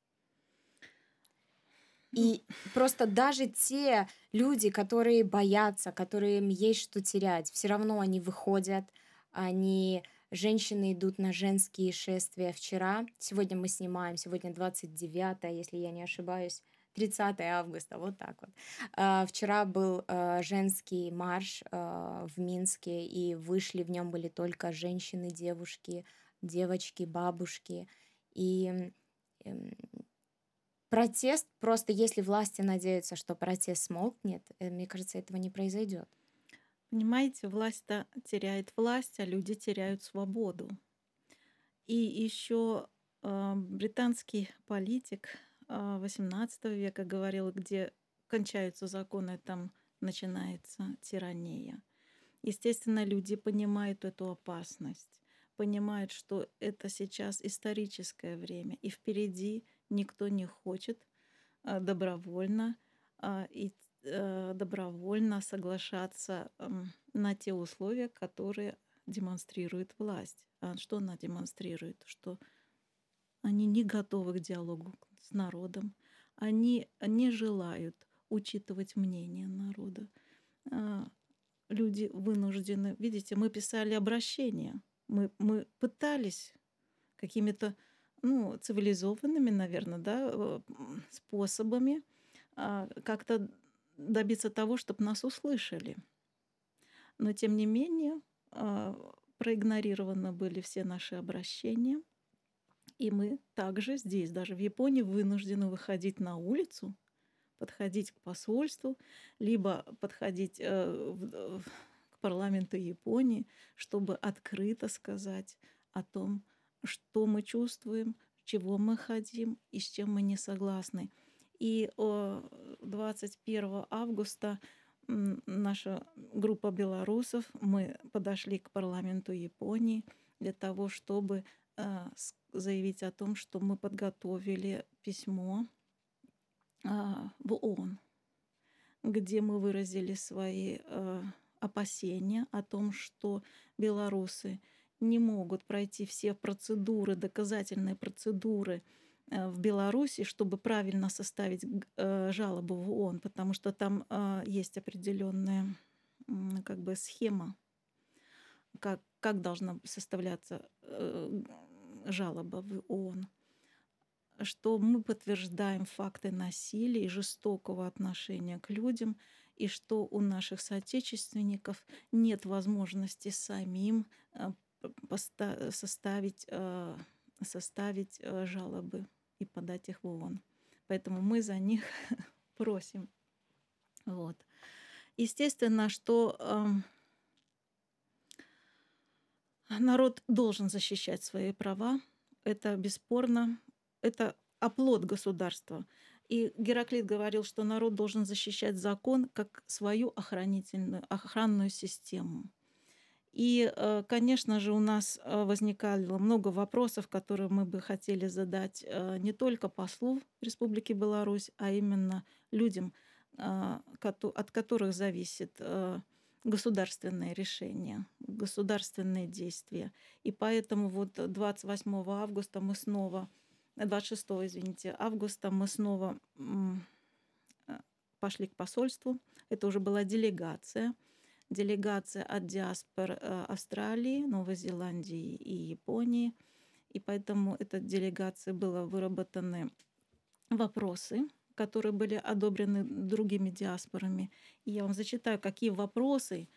И просто даже те люди, которые боятся, которым есть что терять, все равно они выходят, женщины идут на женские шествия. Сегодня мы снимаем, сегодня 29, если я не ошибаюсь, 30 августа, вот так вот. Вчера был женский марш в Минске, и вышли, в нем были только женщины, девушки, девочки, бабушки. И протест, просто если власти надеются, что протест смолкнет, мне кажется, этого не произойдет. Понимаете, власть-то теряет власть, а люди теряют свободу. И еще британский политик XVIII века говорил, где кончаются законы, там начинается тирания. Естественно, люди понимают эту опасность, понимают, что это сейчас историческое время, и впереди никто не хочет добровольно соглашаться на те условия, которые демонстрирует власть. А что она демонстрирует? Что они не готовы к диалогу с народом, они не желают учитывать мнение народа. Люди вынуждены... Видите, мы писали обращения, мы пытались какими-то цивилизованными, наверное, да, способами как-то добиться того, чтобы нас услышали. Но, тем не менее, проигнорированы были все наши обращения. И мы также здесь, даже в Японии, вынуждены выходить на улицу, подходить к посольству, либо подходить к парламенту Японии, чтобы открыто сказать о том, что мы чувствуем, чего мы хотим и с чем мы не согласны. И 21 августа наша группа белорусов, мы подошли к парламенту Японии для того, чтобы заявить о том, что мы подготовили письмо в ООН, где мы выразили свои опасения о том, что белорусы не могут пройти все процедуры, доказательные процедуры в Беларуси, чтобы правильно составить жалобу в ООН, потому что там есть определенная схема, как должна составляться жалоба в ООН, что мы подтверждаем факты насилия и жестокого отношения к людям, и что у наших соотечественников нет возможности самим составить жалобы и подать их в ООН. Поэтому мы за них просим. Вот. Естественно, что народ должен защищать свои права. Это бесспорно. Это оплот государства. И Гераклит говорил, что народ должен защищать закон как свою охранную систему. И, конечно же, у нас возникало много вопросов, которые мы бы хотели задать не только послу Республики Беларусь, а именно людям, от которых зависит государственные решения, государственные действия. И поэтому 26 августа мы снова пошли к посольству. Это уже была делегация от диаспор Австралии, Новой Зеландии и Японии. И поэтому этой делегации были выработаны вопросы, которые были одобрены другими диаспорами. И я вам зачитаю, какие вопросы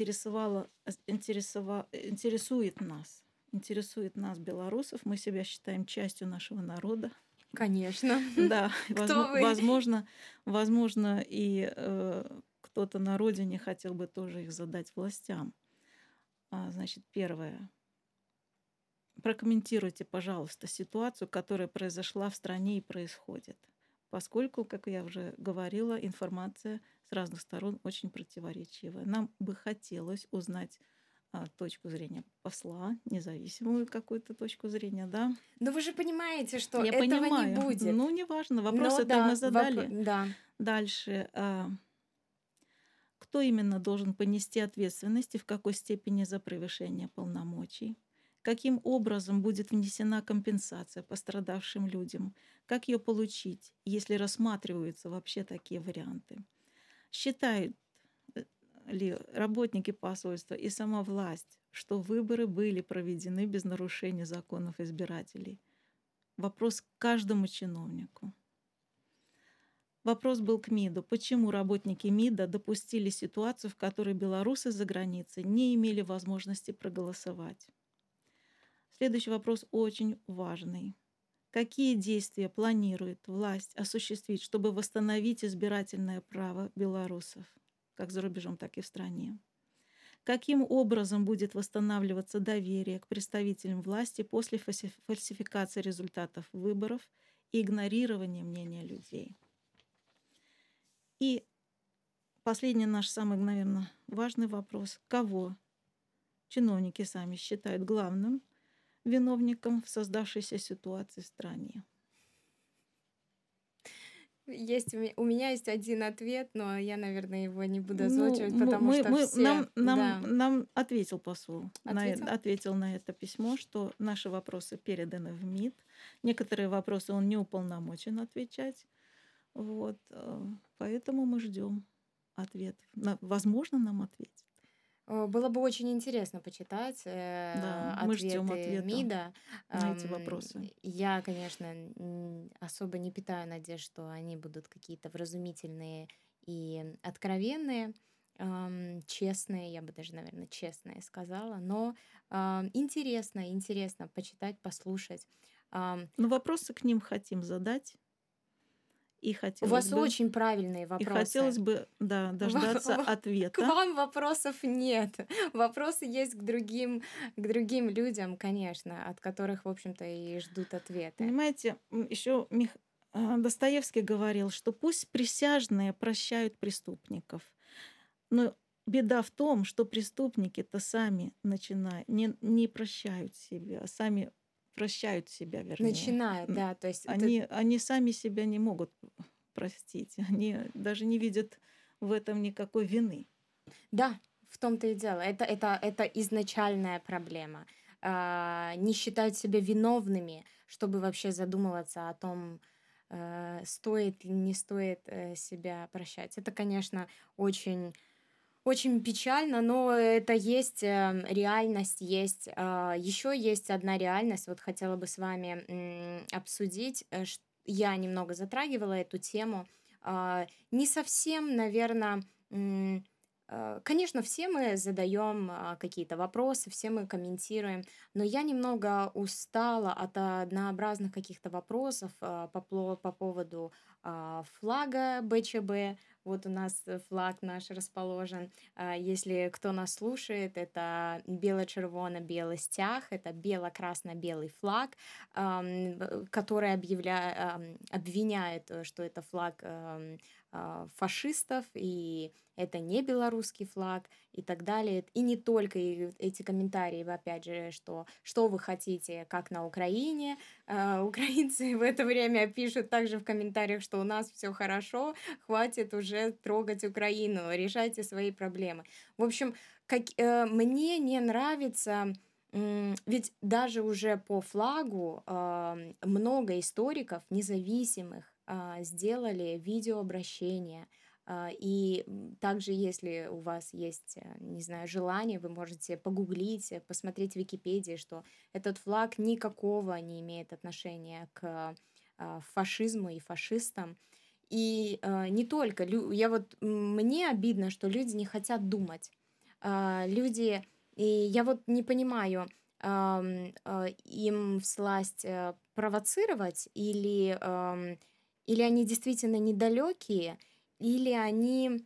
интересуют нас. Интересует нас, белорусов. Мы себя считаем частью нашего народа. Конечно. Да, Кто вы? возможно, и кто-то на родине хотел бы тоже их задать властям. Значит, первое. Прокомментируйте, пожалуйста, ситуацию, которая произошла в стране и происходит. Поскольку, как я уже говорила, информация с разных сторон очень противоречивая. Нам бы хотелось узнать точку зрения посла, независимую какую-то точку зрения, да. Но вы же понимаете, что Я этого не понимаю. будет. Ну, неважно, вопрос Но это да, мы задали. да. Дальше. Кто именно должен понести ответственность и в какой степени за превышение полномочий? Каким образом будет внесена компенсация пострадавшим людям? Как ее получить, если рассматриваются вообще такие варианты? Считают ли работники посольства и сама власть, что выборы были проведены без нарушения законов избирателей? Вопрос к каждому чиновнику. Вопрос был к МИДу. Почему работники МИДа допустили ситуацию, в которой белорусы за границей не имели возможности проголосовать? Следующий вопрос очень важный. Какие действия планирует власть осуществить, чтобы восстановить избирательное право белорусов, как за рубежом, так и в стране? Каким образом будет восстанавливаться доверие к представителям власти после фальсификации результатов выборов и игнорирования мнения людей? И последний наш самый, наверное, важный вопрос. Кого чиновники сами считают главным виновником в создавшейся ситуации в стране? У меня есть один ответ, но я, наверное, его не буду озвучивать, потому что все... Нам ответил посол. Ответил? Ответил на это письмо, что наши вопросы переданы в МИД. Некоторые вопросы он не уполномочен отвечать. Вот, поэтому мы ждем ответ. Возможно, нам ответят. Было бы очень интересно почитать мы ждем ответы ответа МИДа. на эти вопросы. Я, конечно, особо не питаю надежд, что они будут какие-то вразумительные и откровенные, честные, я бы даже, наверное, честные сказала, но интересно почитать, послушать. Но вопросы к ним хотим задать. И У вас очень правильные вопросы. И хотелось бы, дождаться ответа. К вам вопросов нет. Вопросы есть к другим людям, конечно, от которых, в общем-то, и ждут ответы. Понимаете, еще Достоевский говорил, что пусть присяжные прощают преступников, но беда в том, что преступники-то сами не прощают себя, сами прощают себя, вернее. Начинают, да. То есть они сами себя не могут простить. Они даже не видят в этом никакой вины. Да, в том-то и дело. Это изначальная проблема. Не считают себя виновными, чтобы вообще задумываться о том, стоит или не стоит себя прощать. Это, конечно, очень, очень печально, но это есть реальность, есть. Еще есть одна реальность, вот хотела бы с вами обсудить. Я немного затрагивала эту тему. Не совсем, наверное, конечно, все мы задаем какие-то вопросы, все мы комментируем, но я немного устала от однообразных каких-то вопросов по поводу флага БЧБ. Вот у нас флаг наш расположен. Если кто нас слушает, это бело-червоно-белый стяг, это бело-красно-белый флаг, который обвиняет, что это флаг фашистов, и это не белорусский флаг и так далее. И не только эти комментарии, опять же, что вы хотите, как на Украине. Украинцы в это время пишут также в комментариях, что у нас все хорошо, хватит уже трогать Украину, решайте свои проблемы. В общем, мне не нравится... Ведь даже уже по флагу много историков независимых сделали видеообращения. И также, если у вас есть, не знаю, желание, вы можете погуглить, посмотреть в Википедии, что этот флаг никакого не имеет отношения к фашизму и фашистам. И не только. Мне обидно, что люди не хотят думать. Люди, и я вот не понимаю, им всласть провоцировать или они действительно недалекие, или они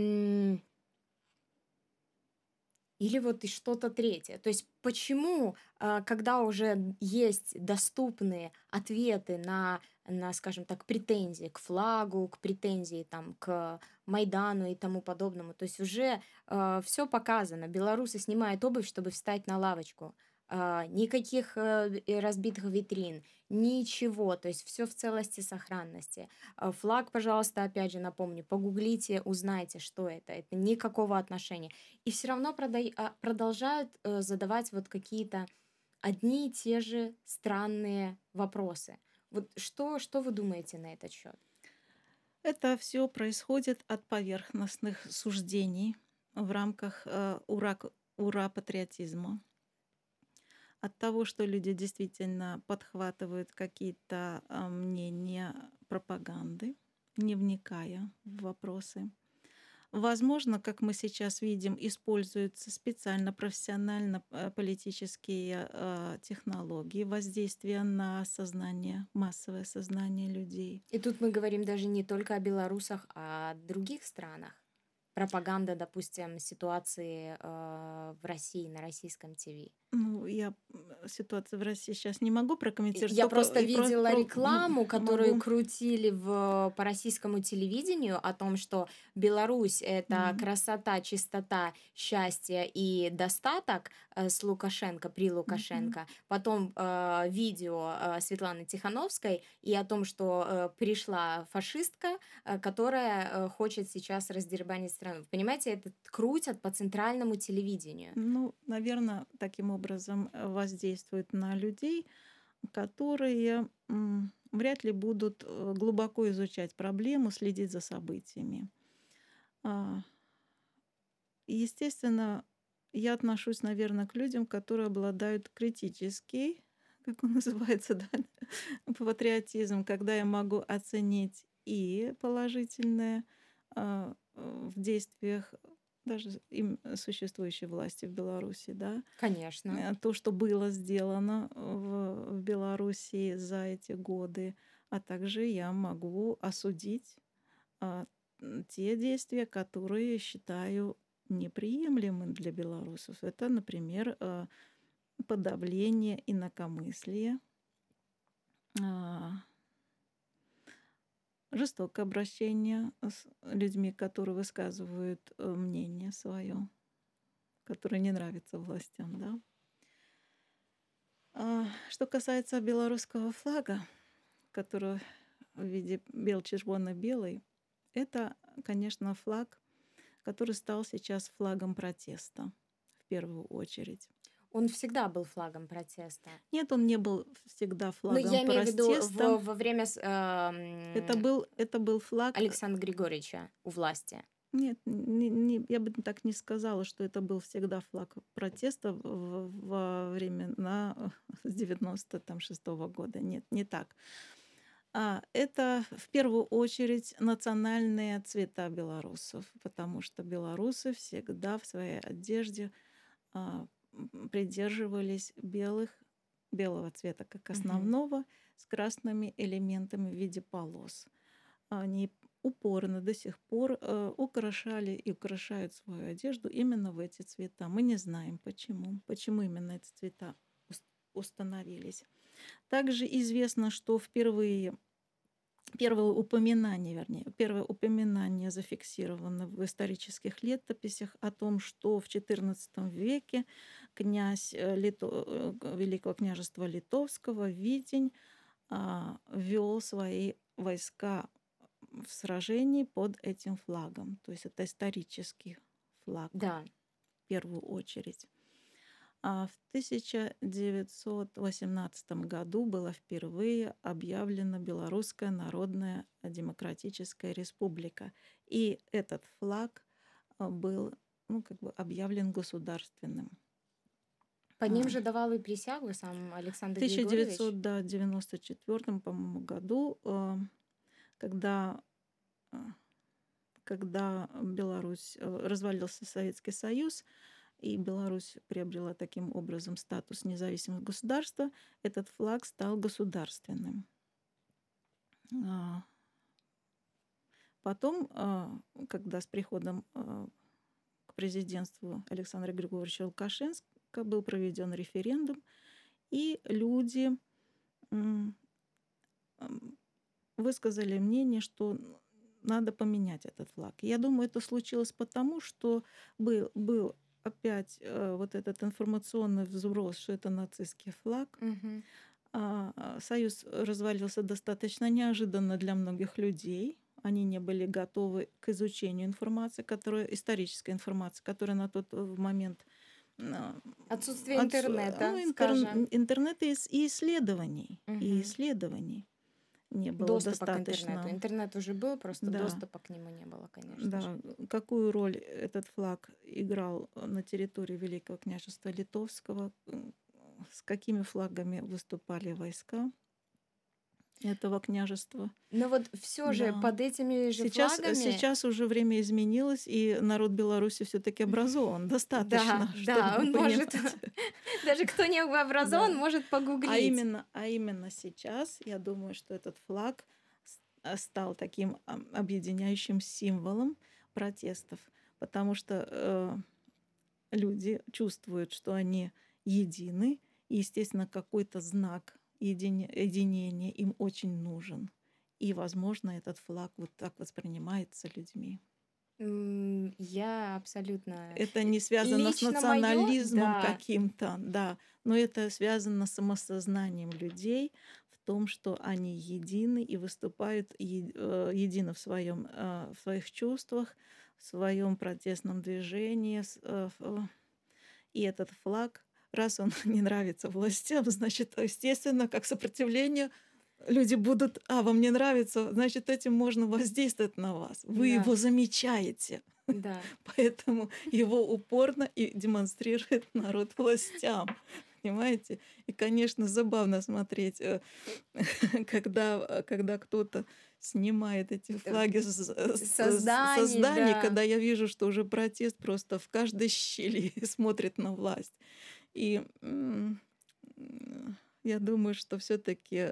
или вот и что-то третье. То есть почему, когда уже есть доступные ответы на, скажем так, претензии к флагу, к претензии там, к Майдану и тому подобному, то есть уже все показано. Белорусы снимают обувь, чтобы встать на лавочку. Никаких разбитых витрин, ничего, то есть все в целости сохранности. Флаг, пожалуйста, опять же напомню, погуглите, узнайте, что это. Это никакого отношения. И все равно продолжают задавать вот какие-то одни и те же странные вопросы. Вот что вы думаете на этот счет? Это все происходит от поверхностных суждений в рамках ура-патриотизма. От того, что люди действительно подхватывают какие-то мнения пропаганды, не вникая в вопросы. Возможно, как мы сейчас видим, используются специально профессионально политические технологии воздействия на сознание, массовое сознание людей. И тут мы говорим даже не только о белорусах, а о других странах. Пропаганда, допустим, ситуации в России, на российском ТВ. Ну, я ситуацию в России сейчас не могу прокомментировать. Я просто видела рекламу, которую крутили по российскому телевидению о том, что Беларусь — это красота, чистота, счастье и достаток с Лукашенко, при Лукашенко. Потом видео Светланы Тихановской и о том, что пришла фашистка, которая хочет сейчас раздербанить страну. Понимаете, это крутят по центральному телевидению. Ну, наверное, таким образом воздействует на людей, которые вряд ли будут глубоко изучать проблему, следить за событиями. Естественно, я отношусь, наверное, к людям, которые обладают критический, как он называется, да, патриотизм, когда я могу оценить и положительное в действиях даже существующей власти в Беларуси, да. Конечно. То, что было сделано в Беларуси за эти годы, а также я могу осудить те действия, которые считаю неприемлемы для белорусов. Это, например, подавление инакомыслия, жестокое обращение с людьми, которые высказывают мнение свое, которое не нравится властям, да. Что касается белорусского флага, который в виде червоно-белый, это, конечно, флаг, который стал сейчас флагом протеста в первую очередь. Он всегда был флагом протеста. Нет, он не был всегда флагом протеста. Но я имею в виду во время это был флаг Александра Григорьевича у власти. Нет, я бы так не сказала, что это был всегда флаг протеста во времена с 96-го года. Нет, не так. Это в первую очередь национальные цвета белорусов, потому что белорусы всегда в своей одежде придерживались белого цвета как основного, с красными элементами в виде полос. Они упорно до сих пор украшали и украшают свою одежду именно в эти цвета. Мы не знаем, почему именно эти цвета установились. Также известно, что первое упоминание зафиксировано в исторических летописях о том, что в XIV веке князь Великого княжества Литовского Витязь вел свои войска в сражении под этим флагом. То есть это исторический флаг, да, в первую очередь. В 1918 году была впервые объявлена Белорусская Народная Демократическая Республика. И этот флаг был объявлен государственным. Под ним же давал и присягу сам Александр Григорьевич. В 1994, по-моему, году, когда когда Беларусь развалился Советский Союз, и Беларусь приобрела таким образом статус независимого государства, этот флаг стал государственным. Потом, когда с приходом к президентству Александра Григорьевича Лукашенко был проведен референдум, и люди высказали мнение, что надо поменять этот флаг. Я думаю, это случилось потому, что был опять вот этот информационный взрос, что это нацистский флаг. Союз развалился достаточно неожиданно для многих людей. Они не были готовы к изучению информации, исторической информации, которая на тот момент... Отсутствие интернета, скажем. Интернета и исследований. И исследований не было доступа достаточно. К интернету. Интернет уже был, просто доступа к нему не было, конечно же. Какую роль этот флаг играл на территории Великого княжества Литовского, с какими флагами выступали войска этого княжества. Но вот все же под этими же флагами... Сейчас уже время изменилось, и народ Беларуси все-таки образован достаточно, чтобы он понимать. может... Даже кто не образован, может погуглить. А именно сейчас, я думаю, что этот флаг стал таким объединяющим символом протестов, потому что люди чувствуют, что они едины, и, естественно, какой-то знак единения им очень нужен. И, возможно, этот флаг вот так воспринимается людьми. Я абсолютно... Это не связано с национализмом каким-то, но это связано с самосознанием людей в том, что они едины и выступают едино в своих чувствах, в своем протестном движении. И этот флаг, раз он не нравится властям, значит, естественно, как сопротивление люди будут, вам не нравится, значит, этим можно воздействовать на вас. Вы его замечаете. Поэтому его упорно и демонстрирует народ властям. Понимаете? И, конечно, забавно смотреть, когда кто-то снимает эти флаги со зданий, когда я вижу, что уже протест просто в каждой щели смотрит на власть. И я думаю, что все-таки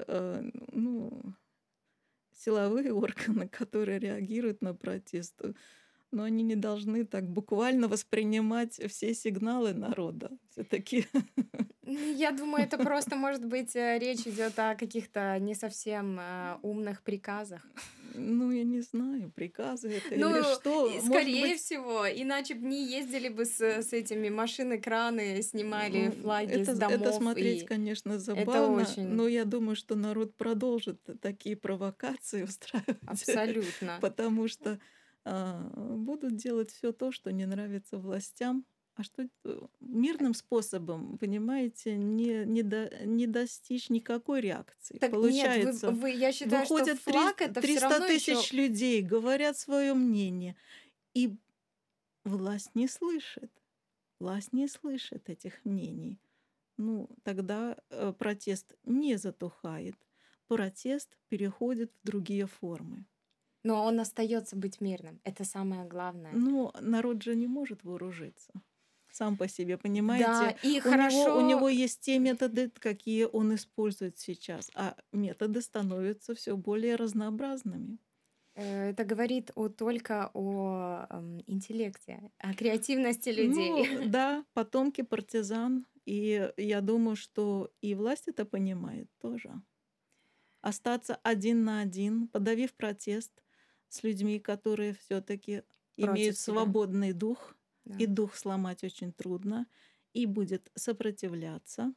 силовые органы, которые реагируют на протест, но они не должны так буквально воспринимать все сигналы народа. Все-таки. Я думаю, это просто, может быть, речь идет о каких-то не совсем умных приказах. Я не знаю, приказы это или что. Скорее всего, иначе бы не ездили бы с этими машины-краны, снимали флаги с домов. Это смотреть, конечно, забавно, но я думаю, что народ продолжит такие провокации устраивать. Абсолютно. Потому что будут делать все то, что не нравится властям. А что мирным способом, понимаете, не достичь никакой реакции. Так получается, нет, я считаю, что флаг это 300 тысяч людей говорят свое мнение, и власть не слышит. Власть не слышит этих мнений. Тогда протест не затухает. Протест переходит в другие формы. Но он остается быть мирным. Это самое главное. Народ же не может вооружиться. Сам по себе, понимаете? Да, и у него есть те методы, какие он использует сейчас, а методы становятся все более разнообразными. Это говорит только о интеллекте, о креативности людей. Да, потомки партизан, и я думаю, что и власть это понимает тоже. Остаться один на один, подавив протест с людьми, которые все-таки имеют свободный дух. И дух сломать очень трудно, и будет сопротивляться,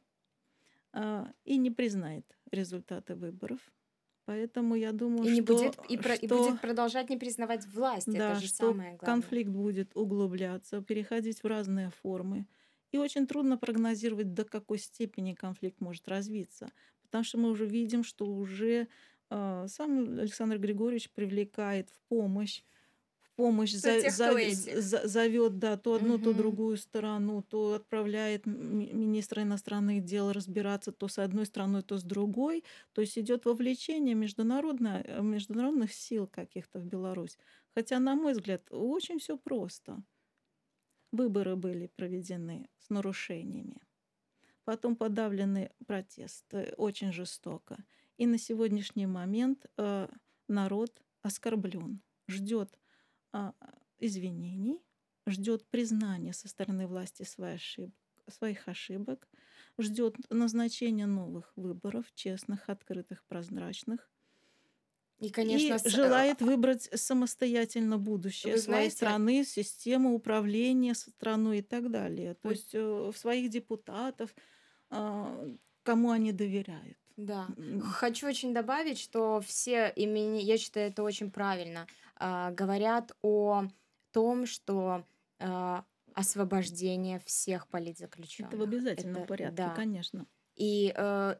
и не признает результаты выборов. Поэтому я думаю, и будет продолжать не признавать власть. Да, это же что самое главное. Конфликт будет углубляться, переходить в разные формы. И очень трудно прогнозировать, до какой степени конфликт может развиться. Потому что мы уже видим, что уже сам Александр Григорьевич привлекает в помощь То тех, то этих. зовет, да, то одну, то Мгм. другую сторону, то отправляет министра иностранных дел разбираться то с одной страной, то с другой. То есть идет вовлечение международных сил каких-то в Беларусь. Хотя, на мой взгляд, очень все просто. Выборы были проведены с нарушениями. Потом подавлены протесты очень жестоко. И на сегодняшний момент народ оскорблен, ждет извинений, ждет признания со стороны власти своих ошибок, ждет назначения новых выборов, честных, открытых, прозрачных, И, и конечно, желает выбрать самостоятельно будущее вы своей знаете, страны, систему управления страной и так далее. То вот есть в своих депутатов, кому они доверяют. да. М, Хочу очень добавить, что все имени, я считаю, это очень правильно, говорят о том, что освобождение всех Это в политзаключенных. обязательном Это, порядке, да. конечно. И,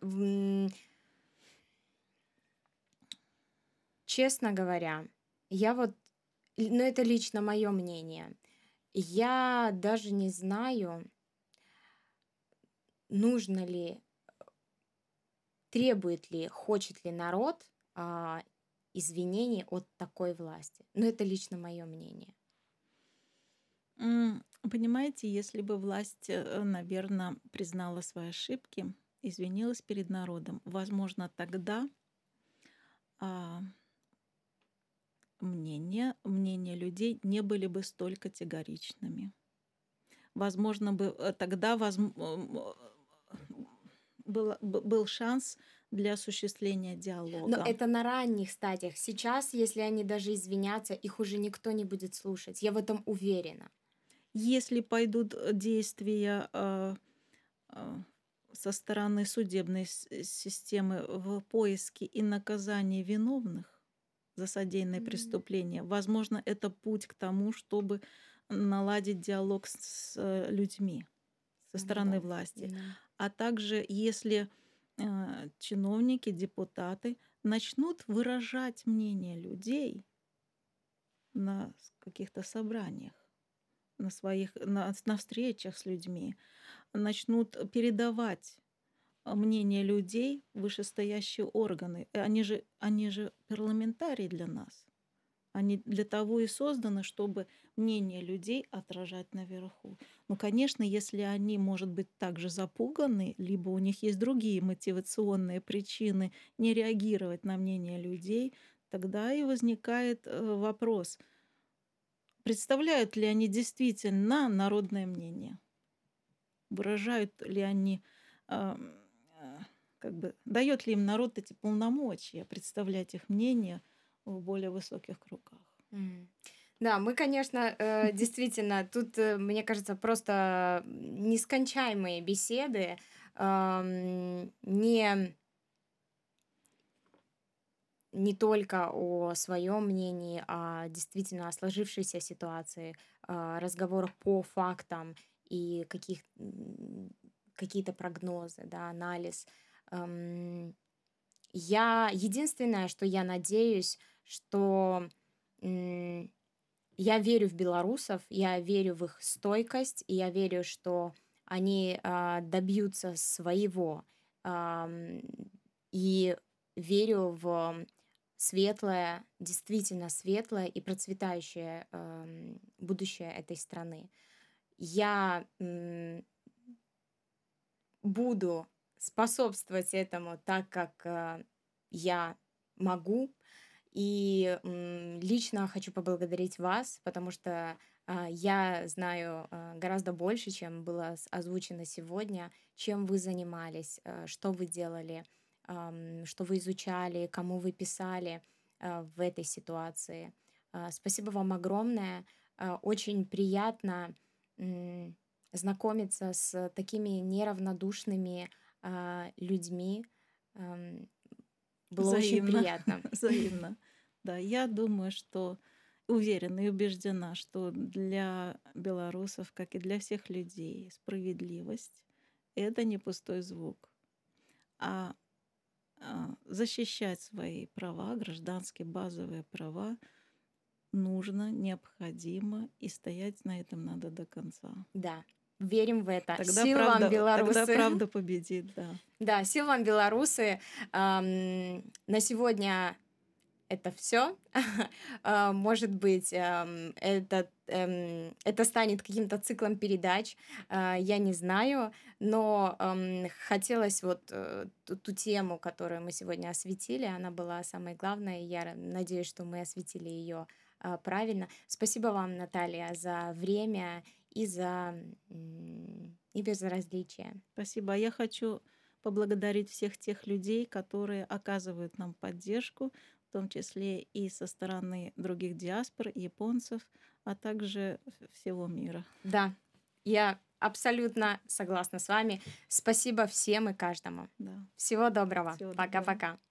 честно говоря, я вот, ну это лично мое мнение, я даже не знаю, нужно ли, требует ли, хочет ли народ извинений от такой власти. Но это лично мое мнение. Понимаете, если бы власть, наверное, признала свои ошибки, извинилась перед народом, возможно, тогда а, мнения людей не были бы столь категоричными. Возможно, тогда был шанс для осуществления Но диалога. это на ранних стадиях. Сейчас, если они даже извинятся, их уже никто не будет слушать. Я в этом уверена. Если пойдут действия со стороны судебной системы в поиске и наказании виновных за содеянное М, преступление, возможно, это путь к тому, чтобы наладить диалог с людьми со стороны Да, власти. да. А также, если чиновники, депутаты начнут выражать мнение людей на каких-то собраниях, на встречах с людьми, начнут передавать мнение людей в вышестоящие органы. Они же парламентарии для нас. Они для того и созданы, чтобы мнение людей отражать наверху. Ну, конечно, если они, может быть, также запуганы, либо у них есть другие мотивационные причины не реагировать на мнение людей, тогда и возникает вопрос, представляют ли они действительно народное мнение, выражают ли они, дает ли им народ эти полномочия представлять их мнение в более высоких кругах. М. Да, мы, конечно, действительно, тут, мне кажется, просто нескончаемые беседы, не только о своем мнении, а действительно о сложившейся ситуации, разговорах по фактам и какие-то прогнозы, да, анализ. Единственное, что я надеюсь, что я верю в белорусов, я верю в их стойкость, и я верю, что они добьются своего. И верю в светлое, действительно светлое и процветающее будущее этой страны. Я буду способствовать этому так, как я могу. И лично хочу поблагодарить вас, потому что я знаю гораздо больше, чем было озвучено сегодня, чем вы занимались, что вы делали, что вы изучали, кому вы писали в этой ситуации. Спасибо вам огромное. Очень приятно знакомиться с такими неравнодушными людьми. Было очень Взаимно, приятно. взаимно. Да, я думаю, что уверена и убеждена, что для белорусов, как и для всех людей, справедливость — это не пустой звук, а защищать свои права, гражданские базовые права, нужно, необходимо, и стоять на этом надо до конца. Да, верим в это. Тогда Сил вам, тогда белорусы. правда победит, да. Да, сил вам, белорусы. На сегодня это все. Может быть, это станет каким-то циклом передач, я не знаю, но хотелось вот ту тему, которую мы сегодня осветили, она была самой главной. Я надеюсь, что мы осветили ее правильно. Спасибо вам, Наталья, за время и за безразличие. Спасибо. А я хочу поблагодарить всех тех людей, которые оказывают нам поддержку, в том числе и со стороны других диаспор, японцев, а также всего мира. Да, я абсолютно согласна с вами. Спасибо всем и каждому. Да. Всего доброго. Всего доброго. Пока-пока.